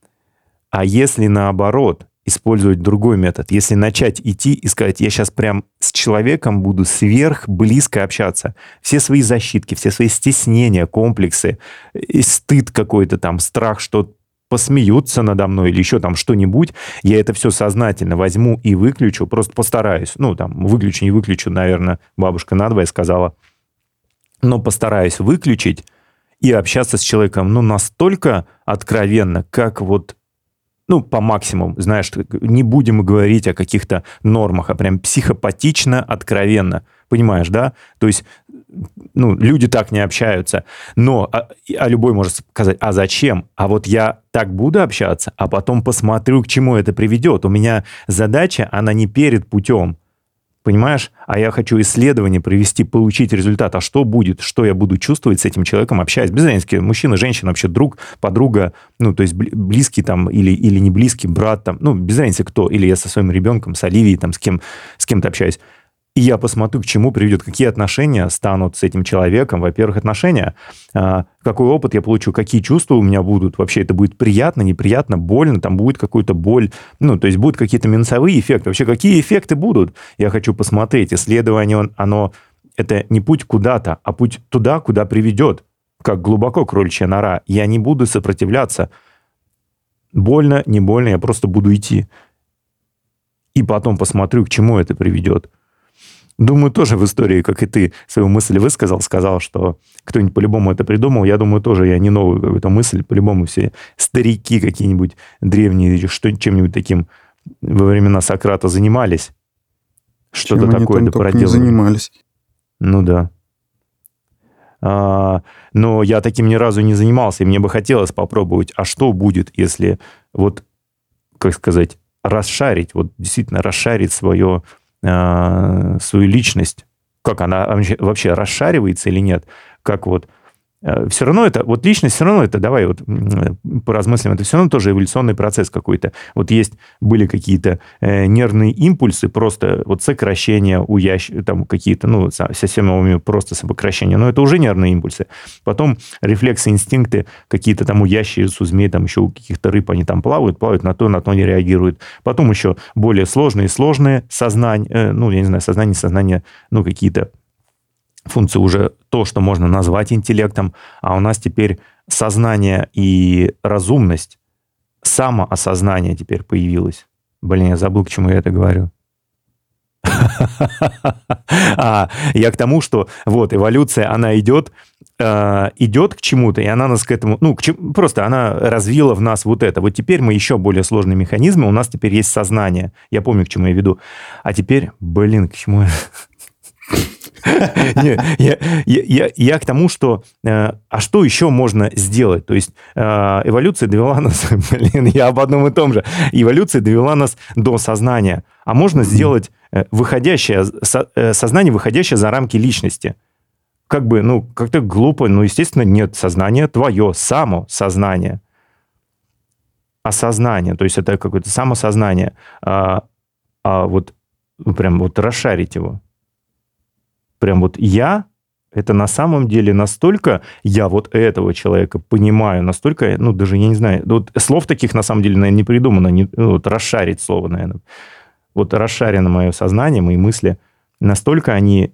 Speaker 2: А если наоборот использовать другой метод, если начать идти и сказать, я сейчас прям с человеком буду сверх близко общаться, все свои защитки, все свои стеснения, комплексы, и стыд какой-то там, страх, что посмеются надо мной или еще там что-нибудь, я это все сознательно возьму и выключу, просто постараюсь. Ну, там, выключу, не выключу, наверное, бабушка надвое сказала, но постараюсь выключить и общаться с человеком, ну, настолько откровенно, как вот ну, по максимуму, знаешь, не будем говорить о каких-то нормах, а прям психопатично, откровенно. Понимаешь, да? То есть, ну, люди так не общаются. Но, а, а любой может сказать, а зачем? А вот я так буду общаться, а потом посмотрю, к чему это приведет. У меня задача, она не перед путем. Понимаешь? А я хочу исследование провести, получить результат. А что будет? Что я буду чувствовать с этим человеком, общаясь? Без разницы, мужчина, женщина, вообще друг, подруга, ну, то есть близкий там или, или не близкий, брат там, ну, без разницы кто. Или я со своим ребенком, с Оливией там, с, кем, с кем-то общаюсь. И я посмотрю, к чему приведет, какие отношения станут с этим человеком. Во-первых, отношения, какой опыт я получу, какие чувства у меня будут. Вообще это будет приятно, неприятно, больно, там будет какая-то боль. Ну, то есть будут какие-то минусовые эффекты. Вообще какие эффекты будут? Я хочу посмотреть. Исследование, оно, это не путь куда-то, а путь туда, куда приведет. Как глубоко кроличья нора. Я не буду сопротивляться. Больно, не больно, я просто буду идти. И потом посмотрю, к чему это приведет. Думаю, тоже в истории, как и ты свою мысль высказал, сказал, что кто-нибудь по-любому это придумал. Я думаю, тоже я не новую какую-то мысль. По-любому все старики какие-нибудь древние, что, чем-нибудь таким во времена Сократа занимались. Что-то такое да проделали. Не
Speaker 1: занимались.
Speaker 2: Ну да. А, но я таким ни разу не занимался, и мне бы хотелось попробовать. А что будет, если вот, как сказать, расшарить, вот действительно расшарить свое... свою личность, как она вообще расшаривается или нет, как вот все равно это, вот личность все равно это, давай вот поразмыслим, это все равно тоже эволюционный процесс какой-то. Вот есть, были какие-то нервные импульсы, просто вот сокращения у ящ... там какие-то, ну, совсем просто сокращения, но это уже нервные импульсы. Потом рефлексы, инстинкты какие-то там у ящериц, у змей, там еще у каких-то рыб, они там плавают, плавают, на то, на то не реагируют. Потом еще более сложные, сложные сознания, ну, я не знаю, сознание, сознание, ну, какие-то функции уже то, что можно назвать интеллектом, а у нас теперь сознание и разумность, самоосознание теперь появилось. Блин, я забыл, к чему я это говорю. А, я к тому, что вот эволюция, она идет, э, идет к чему-то, и она нас к этому, ну, к чему, просто она развила в нас вот это. Вот теперь мы еще более сложные механизмы, у нас теперь есть сознание. Я помню, к чему я веду. А теперь, блин, к чему я... Не, я, я, я, я к тому, что э, а что еще можно сделать? То есть э, эволюция довела нас, блин, я об одном и том же, эволюция довела нас до сознания. А можно сделать э, выходящее, со, э, сознание, выходящее за рамки личности. Как бы, ну, как-то глупо, но, естественно, нет, сознание твое, само сознание. Осознание, то есть это какое-то самосознание. А, а вот, ну, прям вот расшарить его. Прям вот я, Это на самом деле настолько я вот этого человека понимаю, настолько, ну, даже я не знаю, вот слов таких на самом деле, наверное, не придумано, не, ну, вот расшарить слово, наверное. Вот расшарено мое сознание, мои мысли, настолько они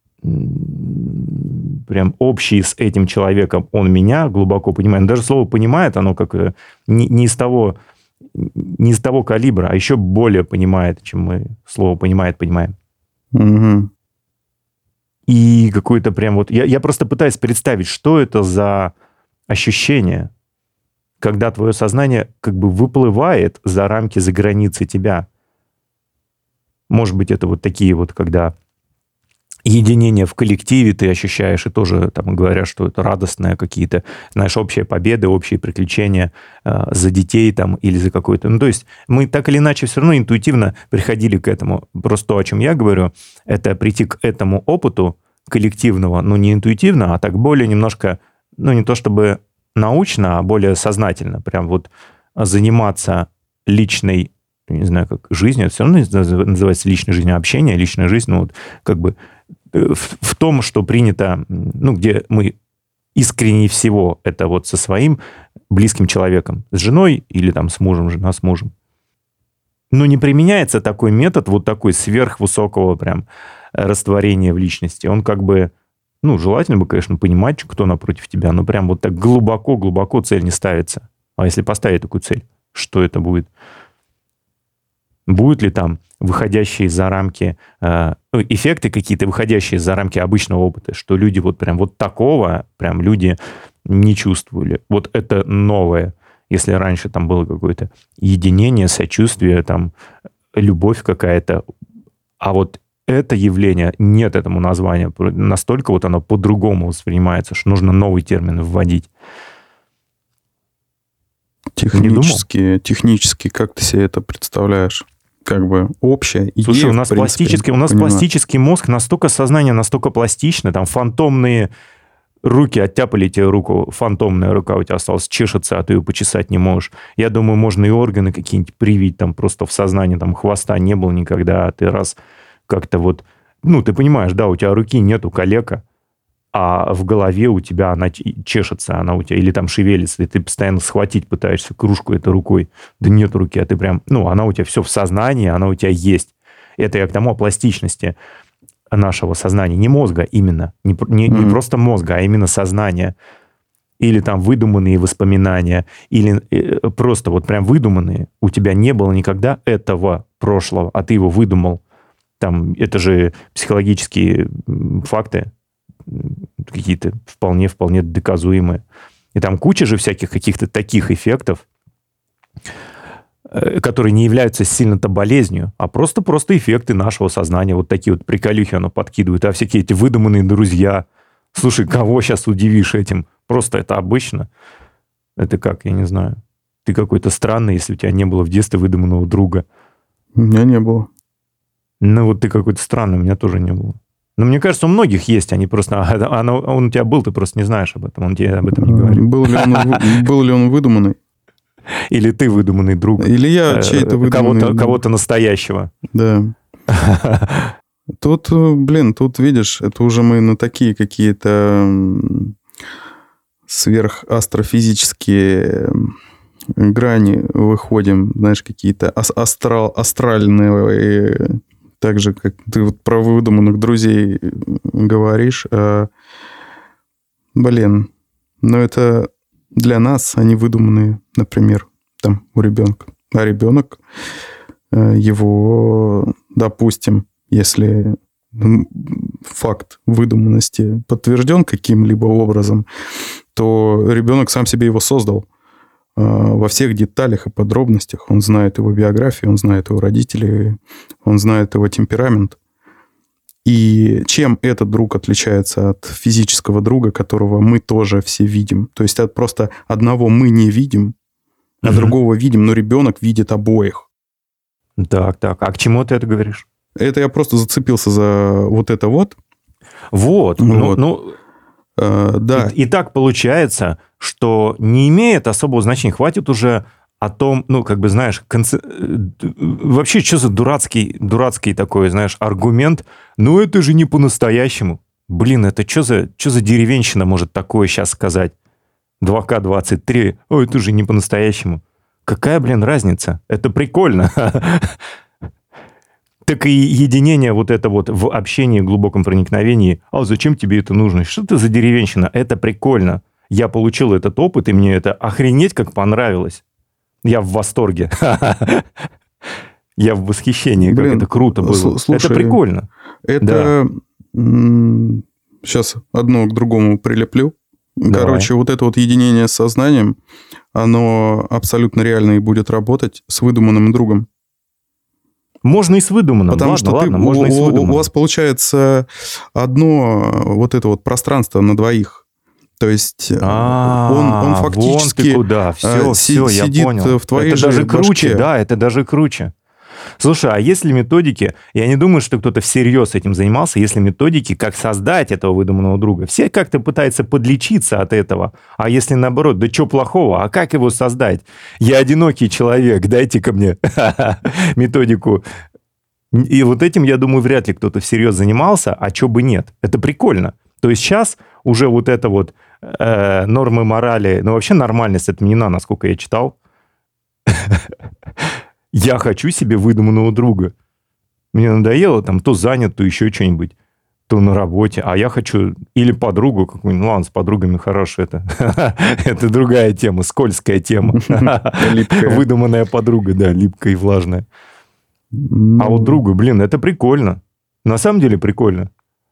Speaker 2: прям общие с этим человеком, он меня глубоко понимает. Даже слово «понимает», оно как не, не из того, не из того калибра, а еще более понимает, чем мы слово «понимает» понимаем.
Speaker 1: Угу.
Speaker 2: И какой-то прям вот... Я, я просто пытаюсь представить, что это за ощущение, когда твое сознание как бы выплывает за рамки, за границы тебя. Может быть, это вот такие вот, когда единение в коллективе ты ощущаешь, и тоже там говорят, что это радостные какие-то, знаешь, общие победы, общие приключения э, за детей там или за какой-то... Ну, то есть мы так или иначе все равно интуитивно приходили к этому. Просто то, о чем я говорю, это прийти к этому опыту коллективного, ну, не интуитивно, а так более немножко, ну, не то чтобы научно, а более сознательно. Прям вот заниматься личной, не знаю, как жизнью, это все равно называется личной жизнью, общение, личная жизнь, ну, вот как бы в, в том, что принято, ну, где мы искреннее всего, это вот со своим близким человеком, с женой или там с мужем, жена с мужем. Но не применяется такой метод, вот такой сверхвысокого прям растворения в личности. Он как бы, ну, желательно бы, конечно, понимать, кто напротив тебя, но прям вот так глубоко-глубоко цель не ставится. А если поставить такую цель, что это будет? Будут ли там выходящие за рамки, э, ну, эффекты какие-то, выходящие за рамки обычного опыта, что люди вот прям вот такого, прям люди не чувствовали. Вот это новое. Если раньше там было какое-то единение, сочувствие, там, любовь какая-то, а вот это явление, нет этому названия, настолько вот оно по-другому воспринимается, что нужно новый термин вводить.
Speaker 1: Технически, технически, как ты себе это представляешь? Как бы общая идея.
Speaker 2: Слушай, у нас,
Speaker 1: в принципе,
Speaker 2: пластический, у нас пластический мозг, настолько сознание, настолько пластично, там фантомные руки, оттяпали тебе руку, фантомная рука у тебя осталась, чешется, а ты ее почесать не можешь. Я думаю, можно и органы какие-нибудь привить, там просто в сознании, там хвоста не было никогда, а ты раз как-то вот, ну, ты понимаешь, да, у тебя руки нету, калека, а в голове у тебя она чешется, она у тебя или там шевелится, и ты постоянно схватить пытаешься кружку этой рукой. Да нет руки, а ты прям... Ну, она у тебя все в сознании, она у тебя есть. Это я к тому о пластичности нашего сознания. Не мозга именно. Не, не, mm-hmm. не просто мозга, а именно сознания. Или там выдуманные воспоминания. Или э, просто вот прям выдуманные. У тебя не было никогда этого прошлого, а ты его выдумал. Там, это же психологические факты, какие-то вполне-вполне доказуемые. И там куча же всяких каких-то таких эффектов, которые не являются сильно-то болезнью, а просто-просто эффекты нашего сознания. Вот такие вот приколюхи оно подкидывает. А всякие эти выдуманные друзья. Слушай, кого сейчас удивишь этим? Просто это обычно. Это как, я не знаю. Ты какой-то странный, если у тебя не было в детстве выдуманного друга.
Speaker 1: У меня не было.
Speaker 2: Ну вот ты какой-то странный, у меня тоже не было. Но мне кажется, у многих есть, они просто... А, он, он у тебя был, ты просто не знаешь об этом, он тебе об этом не говорил.
Speaker 1: Был ли он, был ли он выдуманный?
Speaker 2: Или ты выдуманный друг.
Speaker 1: Или я чей-то выдуманный.
Speaker 2: Кого-то, кого-то настоящего.
Speaker 1: Да. Тут, блин, тут, видишь, это уже мы на такие какие-то сверхастрофизические грани выходим, знаешь, какие-то астрал, астральные... Так же, как ты вот про выдуманных друзей говоришь. А, блин, но это для нас они выдуманные, например, там у ребенка. А ребенок, его, допустим, если факт выдуманности подтвержден каким-либо образом, то ребенок сам себе его создал. Во всех деталях и подробностях. Он знает его биографию, он знает его родителей, он знает его темперамент. И чем этот друг отличается от физического друга, которого мы тоже все видим? То есть от просто одного мы не видим, а mm-hmm. другого видим, но ребенок видит обоих.
Speaker 2: Так, так. А к чему ты это говоришь?
Speaker 1: Это я просто зацепился за вот это вот.
Speaker 2: Вот. вот. Ну, ну...
Speaker 1: Uh, да.
Speaker 2: И, и так получается, что не имеет особого значения. Хватит уже о том, ну, как бы, знаешь, конце... вообще, что за дурацкий, дурацкий такой, знаешь, аргумент? Ну, это же не по-настоящему. Блин, это что за, что за деревенщина может такое сейчас сказать? два ка двадцать три, ой, это же не по-настоящему. Какая, блин, разница? Это прикольно. Так и единение вот это вот в общении, глубоком проникновении. А зачем тебе это нужно? Что это за деревенщина? Это прикольно. Я получил этот опыт, и мне это охренеть как понравилось. Я в восторге. Я в восхищении, как это круто было. Это прикольно.
Speaker 1: Это... Сейчас одно к другому прилеплю. Короче, вот это вот единение с сознанием, оно абсолютно реально и будет работать с выдуманным другом.
Speaker 2: Можно и с выдуманным.
Speaker 1: Потому
Speaker 2: ладно,
Speaker 1: что
Speaker 2: ладно,
Speaker 1: ты,
Speaker 2: можно
Speaker 1: у,
Speaker 2: и с выдуманным.
Speaker 1: У вас получается одно вот это вот пространство на двоих. То есть
Speaker 2: А,
Speaker 1: он, он фактически
Speaker 2: вон ты куда. Все,
Speaker 1: си,
Speaker 2: все, я
Speaker 1: сидит
Speaker 2: понял.
Speaker 1: в твоей
Speaker 2: это
Speaker 1: же
Speaker 2: даже
Speaker 1: башке.
Speaker 2: круче, да, это даже круче. Слушай, а если методики, я не думаю, что кто-то всерьез этим занимался, если методики, как создать этого выдуманного друга, все как-то пытаются подлечиться от этого, а если наоборот, да что плохого, а как его создать? Я одинокий человек, дайте-ка мне методику. И вот этим, я думаю, вряд ли кто-то всерьез занимался, а что бы нет. Это прикольно. То есть сейчас уже вот это вот э, нормы морали, ну вообще нормальность отменена, насколько я читал. Я хочу себе выдуманного друга. Мне надоело там то занят, то еще что-нибудь, то на работе. А я хочу или подругу какую-нибудь. Ну ладно, с подругами хорошо это. Это другая тема, скользкая тема. Выдуманная подруга, да, липкая и влажная. А вот другу, блин, это прикольно. На самом деле прикольно.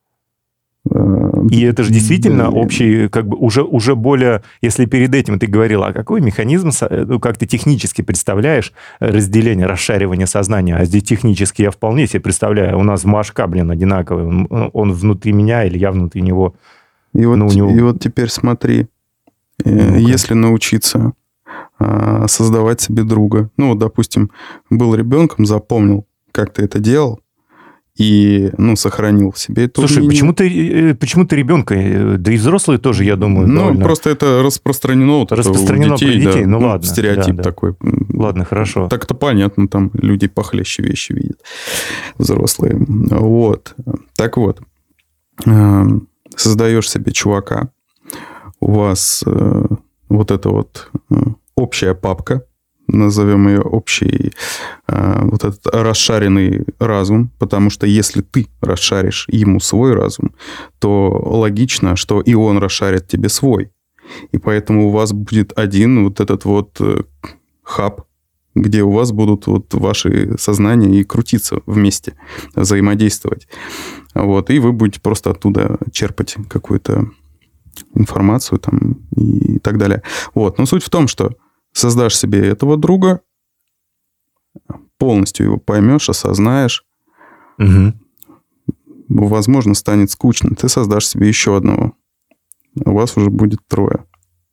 Speaker 2: И это же действительно Блин. общий, как бы уже, уже более... Если перед этим ты говорил, а какой механизм, ну, как ты технически представляешь разделение, расшаривание сознания? А здесь технически я вполне себе представляю. У нас Машка, блин, одинаковый. Он, он внутри меня или я внутри него.
Speaker 1: И вот, него... и вот теперь смотри. Ну-ка. Если научиться создавать себе друга. Ну, вот, допустим, был ребенком, запомнил, как ты это делал, и, ну, сохранил в себе это.
Speaker 2: Слушай, почему ты, почему ты ребенка? Да и взрослые тоже, я думаю,
Speaker 1: Ну,
Speaker 2: довольно...
Speaker 1: просто это распространено. Вот
Speaker 2: распространено
Speaker 1: это у детей,
Speaker 2: про детей,
Speaker 1: да,
Speaker 2: ну,
Speaker 1: ну
Speaker 2: ладно.
Speaker 1: Стереотип
Speaker 2: да, да.
Speaker 1: такой.
Speaker 2: Ладно, хорошо.
Speaker 1: Так-то понятно, там люди похлеще вещи видят, взрослые. Вот. Так вот. Создаешь себе чувака. У вас вот эта вот общая папка, назовем ее общий, э, вот этот расшаренный разум, потому что если ты расшаришь ему свой разум, то логично, что и он расшарит тебе свой. И поэтому у вас будет один вот этот вот э, хаб, где у вас будут вот ваши сознания и крутиться вместе, взаимодействовать. Вот, и вы будете просто оттуда черпать какую-то информацию там и так далее. Вот. Но суть в том, что создашь себе этого друга, полностью его поймешь, осознаешь.
Speaker 2: Угу.
Speaker 1: Возможно, станет скучно. Ты создашь себе еще одного. У вас уже будет трое.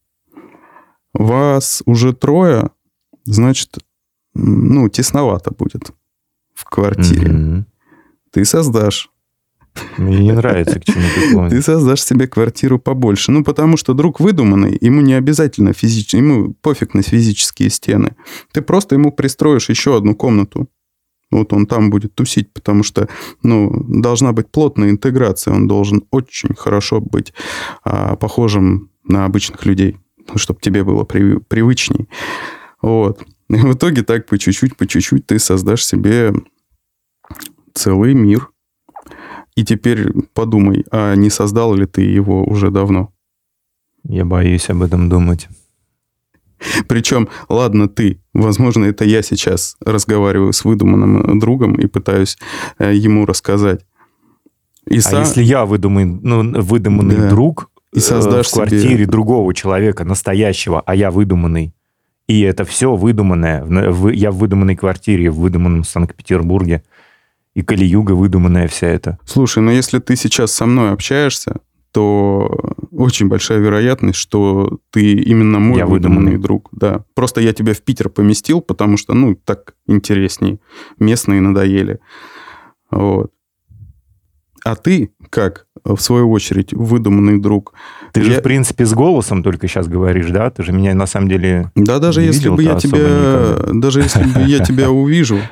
Speaker 1: Вас уже трое, значит, ну, тесновато будет в квартире.
Speaker 2: Угу.
Speaker 1: Ты создашь.
Speaker 2: Мне не нравится, к чему ты клонишь.
Speaker 1: Ты создашь себе квартиру побольше. Ну, потому что друг выдуманный, ему не обязательно физически, ему пофиг на физические стены. Ты просто ему пристроишь еще одну комнату. Вот он там будет тусить, потому что, ну, должна быть плотная интеграция. Он должен очень хорошо быть а, похожим на обычных людей, чтобы тебе было при, привычней. Вот. И в итоге так по чуть-чуть, по чуть-чуть ты создашь себе целый мир. И теперь подумай, а не создал ли ты его уже давно?
Speaker 2: Я боюсь об этом думать.
Speaker 1: Причем, ладно, ты. Возможно, это я сейчас разговариваю с выдуманным другом и пытаюсь ему рассказать. И
Speaker 2: а
Speaker 1: сам...
Speaker 2: если я выдуманный, ну, выдуманный да. друг
Speaker 1: и создашь
Speaker 2: в квартире
Speaker 1: себе...
Speaker 2: другого человека, настоящего, а я выдуманный, и это все выдуманное, я в выдуманной квартире, в выдуманном Санкт-Петербурге, и Кали-Юга выдуманная вся эта.
Speaker 1: Слушай, ну если ты сейчас со мной общаешься, то очень большая вероятность, что ты именно мой
Speaker 2: я
Speaker 1: выдуманный
Speaker 2: выдуманный
Speaker 1: друг. Да. Просто я тебя в Питер поместил, потому что, ну, так интересней. Местные надоели. Вот. А ты, как, в свою очередь, выдуманный друг...
Speaker 2: Ты
Speaker 1: я...
Speaker 2: же, в принципе, с голосом только сейчас говоришь, да? Ты же меня, на самом деле,
Speaker 1: Да, даже
Speaker 2: не
Speaker 1: если бы я тебя... Даже если бы я тебя увижу,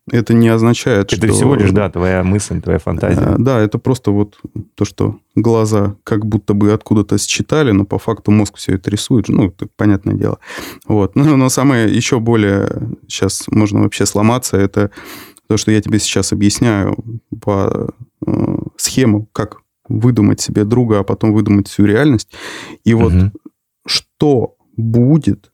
Speaker 1: Это не означает,
Speaker 2: это
Speaker 1: что...
Speaker 2: всего лишь, да, твоя мысль, твоя фантазия.
Speaker 1: Да, это просто вот то, что глаза как будто бы откуда-то считали, но по факту мозг все это рисует. Ну, это понятное дело. Вот. Ну, но самое еще более... Сейчас можно вообще сломаться. Это то, что я тебе сейчас объясняю по э, схему, как выдумать себе друга, а потом выдумать всю реальность. И вот угу. что будет,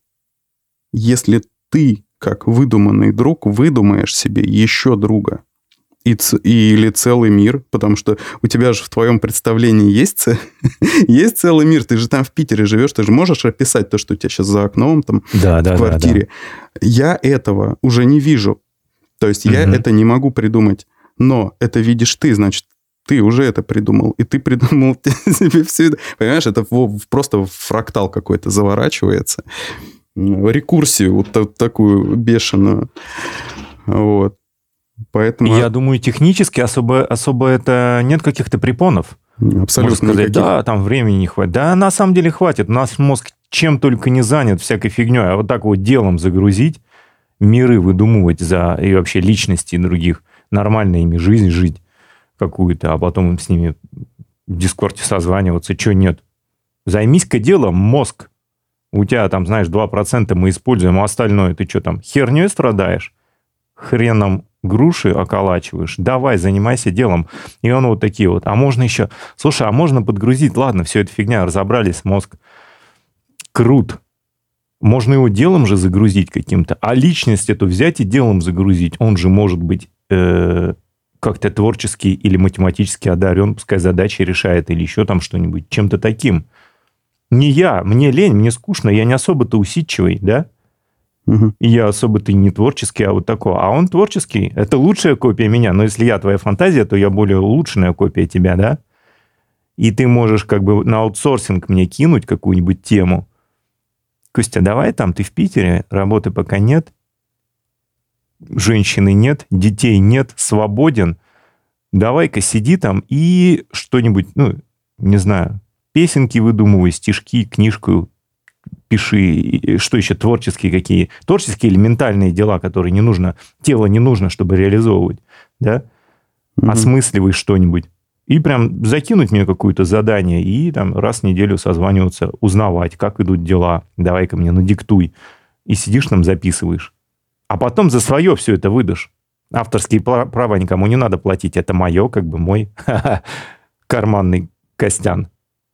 Speaker 1: если ты, как выдуманный друг, выдумаешь себе еще друга и ц... или целый мир, потому что у тебя же в твоем представлении есть, ц... есть целый мир, ты же там в Питере живешь, ты же можешь описать то, что у тебя сейчас за окном, там,
Speaker 2: да,
Speaker 1: в
Speaker 2: да,
Speaker 1: квартире. Да, да. Я этого уже не вижу, то есть угу. я это не могу придумать, но это видишь ты, значит, ты уже это придумал, и ты придумал себе все это. Понимаешь, это просто фрактал какой-то заворачивается. Рекурсию вот такую бешеную. Вот. Поэтому...
Speaker 2: Я думаю, технически особо, особо это нет каких-то препонов.
Speaker 1: Абсолютно
Speaker 2: можно сказать,
Speaker 1: никаких.
Speaker 2: Да, там времени не хватит. Да, на самом деле хватит. У нас мозг чем только не занят всякой фигней. А вот так вот делом загрузить, миры выдумывать за и вообще личности других, нормально ими жизнь жить какую-то, а потом им с ними в Дискорде созваниваться, что нет. Займись-ка делом, мозг. У тебя там, знаешь, два процента мы используем, а остальное ты что там, херней страдаешь? Хреном груши околачиваешь? Давай, занимайся делом. И он вот такие вот. А можно еще... Слушай, а можно подгрузить? Ладно, все это фигня, разобрались, мозг. Крут. Можно его делом же загрузить каким-то. А личность эту взять и делом загрузить. Он же может быть э, как-то творчески или математически одарен, пускай задачи решает или еще там что-нибудь, чем-то таким. Не я, мне лень, мне скучно, я не особо-то усидчивый, да?
Speaker 1: Угу.
Speaker 2: И я особо-то не творческий, а вот такой. А он творческий. Это лучшая копия меня. Но если я твоя фантазия, то я более улучшенная копия тебя, да? И ты можешь как бы на аутсорсинг мне кинуть какую-нибудь тему. Костя, давай там, ты в Питере, работы пока нет, женщины нет, детей нет, свободен. Давай-ка сиди там и что-нибудь, ну, не знаю, песенки выдумывай, стишки, книжку пиши, что еще, творческие какие, творческие или ментальные дела, которые не нужно, тело не нужно, чтобы реализовывать, да, mm-hmm. осмысливай что-нибудь. И прям закинуть мне какое-то задание, и там раз в неделю созваниваться, узнавать, как идут дела, давай-ка мне надиктуй. И сидишь там, записываешь. А потом за свое все это выдашь. Авторские права никому не надо платить, это мое, как бы мой карманный Костян.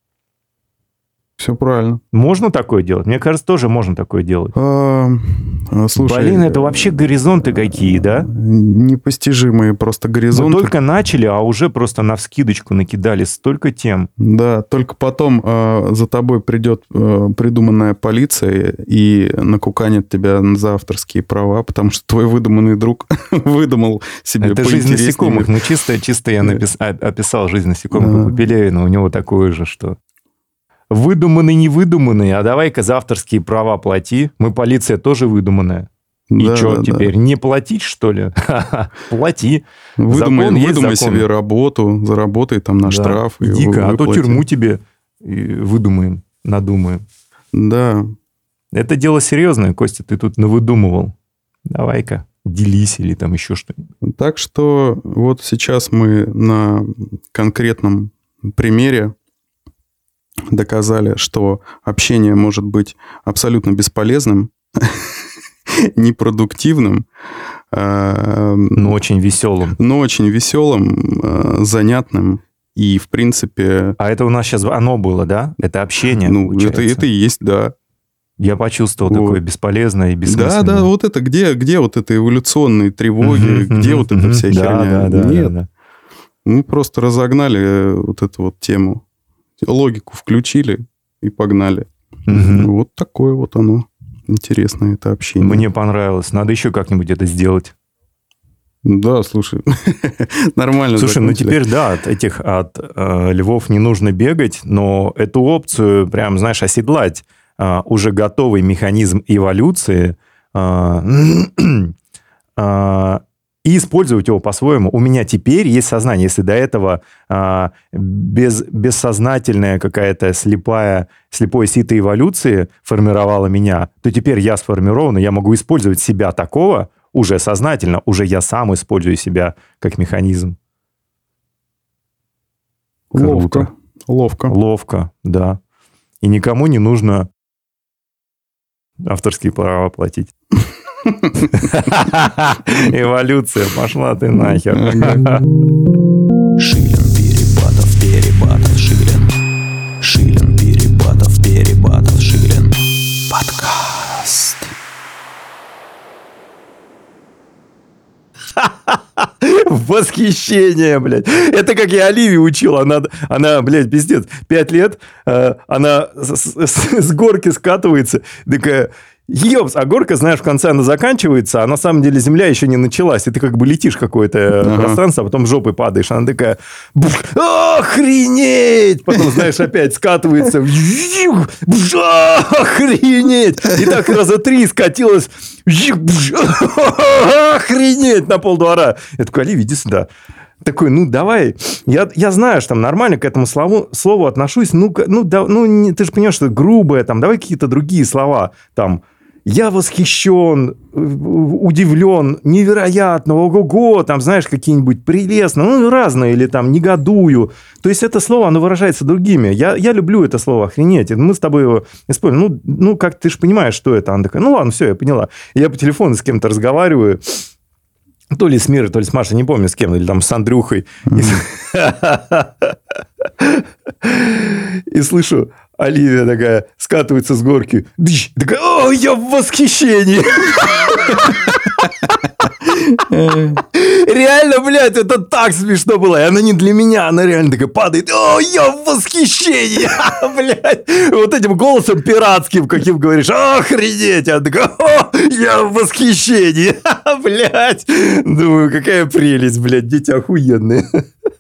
Speaker 1: Все правильно.
Speaker 2: Можно такое делать? Мне кажется, тоже можно такое делать.
Speaker 1: А, слушай,
Speaker 2: Блин, это вообще горизонты какие, да?
Speaker 1: Непостижимые просто горизонты.
Speaker 2: Мы только начали, а уже просто навскидочку накидали столько тем.
Speaker 1: Да, только потом э, за тобой придет э, придуманная полиция и накуканит тебя за авторские права, потому что твой выдуманный друг выдумал себе
Speaker 2: это жизнь насекомых. Ну, чисто, чисто я напис... описал жизнь насекомых, как у Пелевина. У него такое же, что... Выдуманный, не выдуманный, а давай-ка за авторские права плати. Мы полиция тоже выдуманная. И да, что да, теперь, да. не платить, что ли? Плати.
Speaker 1: Выдумай, закон выдумай есть себе работу, заработай там на да. штраф.
Speaker 2: Иди-ка, а то тюрьму тебе выдумаем, надумаем.
Speaker 1: Да.
Speaker 2: Это дело серьезное, Костя, ты тут навыдумывал. Давай-ка, делись или там еще что-нибудь.
Speaker 1: Так что вот сейчас мы на конкретном примере доказали, что общение может быть абсолютно бесполезным, непродуктивным,
Speaker 2: но очень веселым.
Speaker 1: Но очень веселым, занятным и, в принципе...
Speaker 2: А это у нас сейчас оно было, да? Это общение,
Speaker 1: Ну, это, это и есть, да.
Speaker 2: Я почувствовал вот. Такое бесполезное и бессмысленное.
Speaker 1: Да, да, вот это где, где вот это эволюционные тревоги, uh-huh, где uh-huh, вот эта uh-huh. вся херня?
Speaker 2: Да, да,
Speaker 1: Нет.
Speaker 2: Да, да.
Speaker 1: Мы просто разогнали вот эту вот тему. Логику включили и погнали. Угу. Вот такое вот оно. Интересное это общение.
Speaker 2: Мне понравилось. Надо еще как-нибудь это сделать.
Speaker 1: Да, слушай. Нормально.
Speaker 2: Слушай, закончили. Ну теперь, да, от этих от э, львов не нужно бегать, но эту опцию прям, знаешь, оседлать э, уже готовый механизм эволюции э, э, и использовать его по-своему. У меня теперь есть сознание. Если до этого а, без, бессознательная какая-то слепая, слепое сито эволюции формировала меня, то теперь я сформирован, и я могу использовать себя такого уже сознательно, уже я сам использую себя как механизм.
Speaker 1: Ловко.
Speaker 2: Круто.
Speaker 1: Ловко.
Speaker 2: Ловко, да. И никому не нужно авторские права платить. Эволюция, пошла ты нахер.
Speaker 3: Шилин, Перепатов, Перепатов, Шилин. Шилин, Перепатов, Перепатов, Шилин. Подкаст.
Speaker 2: Восхищение, блядь. Это как я Оливию учил. Она, она блядь, пиздец, пять лет, э, она с, с, с горки скатывается, такая... Ёпс, а горка, знаешь, в конце она заканчивается, а на самом деле земля еще не началась, и ты как бы летишь в какое-то ага. пространство, а потом жопой падаешь. Она такая, охренеть! Потом, знаешь, опять скатывается, охренеть! И так раза три скатилась, охренеть, на полдвора. Я такой, Оливия, иди сюда. Такой, ну, давай, я, я знаю, что там нормально к этому слову, слову отношусь, ну, ну, да, ну не, ты же понимаешь, что это грубое, там, давай какие-то другие слова, там, я восхищен, удивлен, невероятно, ого-го, там, знаешь, какие-нибудь прелестно, ну, разные, или там, негодую. То есть, это слово, оно выражается другими. Я, я люблю это слово, охренеть. Мы с тобой его используем. Ну, ну, как ты же понимаешь, что это. Она такая, ну, ладно, все, я поняла. Я по телефону с кем-то разговариваю, то ли с Мирой, то ли с Машей, не помню с кем, или там с Андрюхой. И слышу, Оливия такая скатывается с горки. Такая, о, я в восхищении. Реально, блядь, это так смешно было. И она не для меня, она реально такая падает. О, я в восхищении. Блядь. Вот этим голосом пиратским, каким говоришь, охренеть. Она такая, о, я в восхищении. Блядь. Думаю, какая прелесть, блядь, дети охуенные.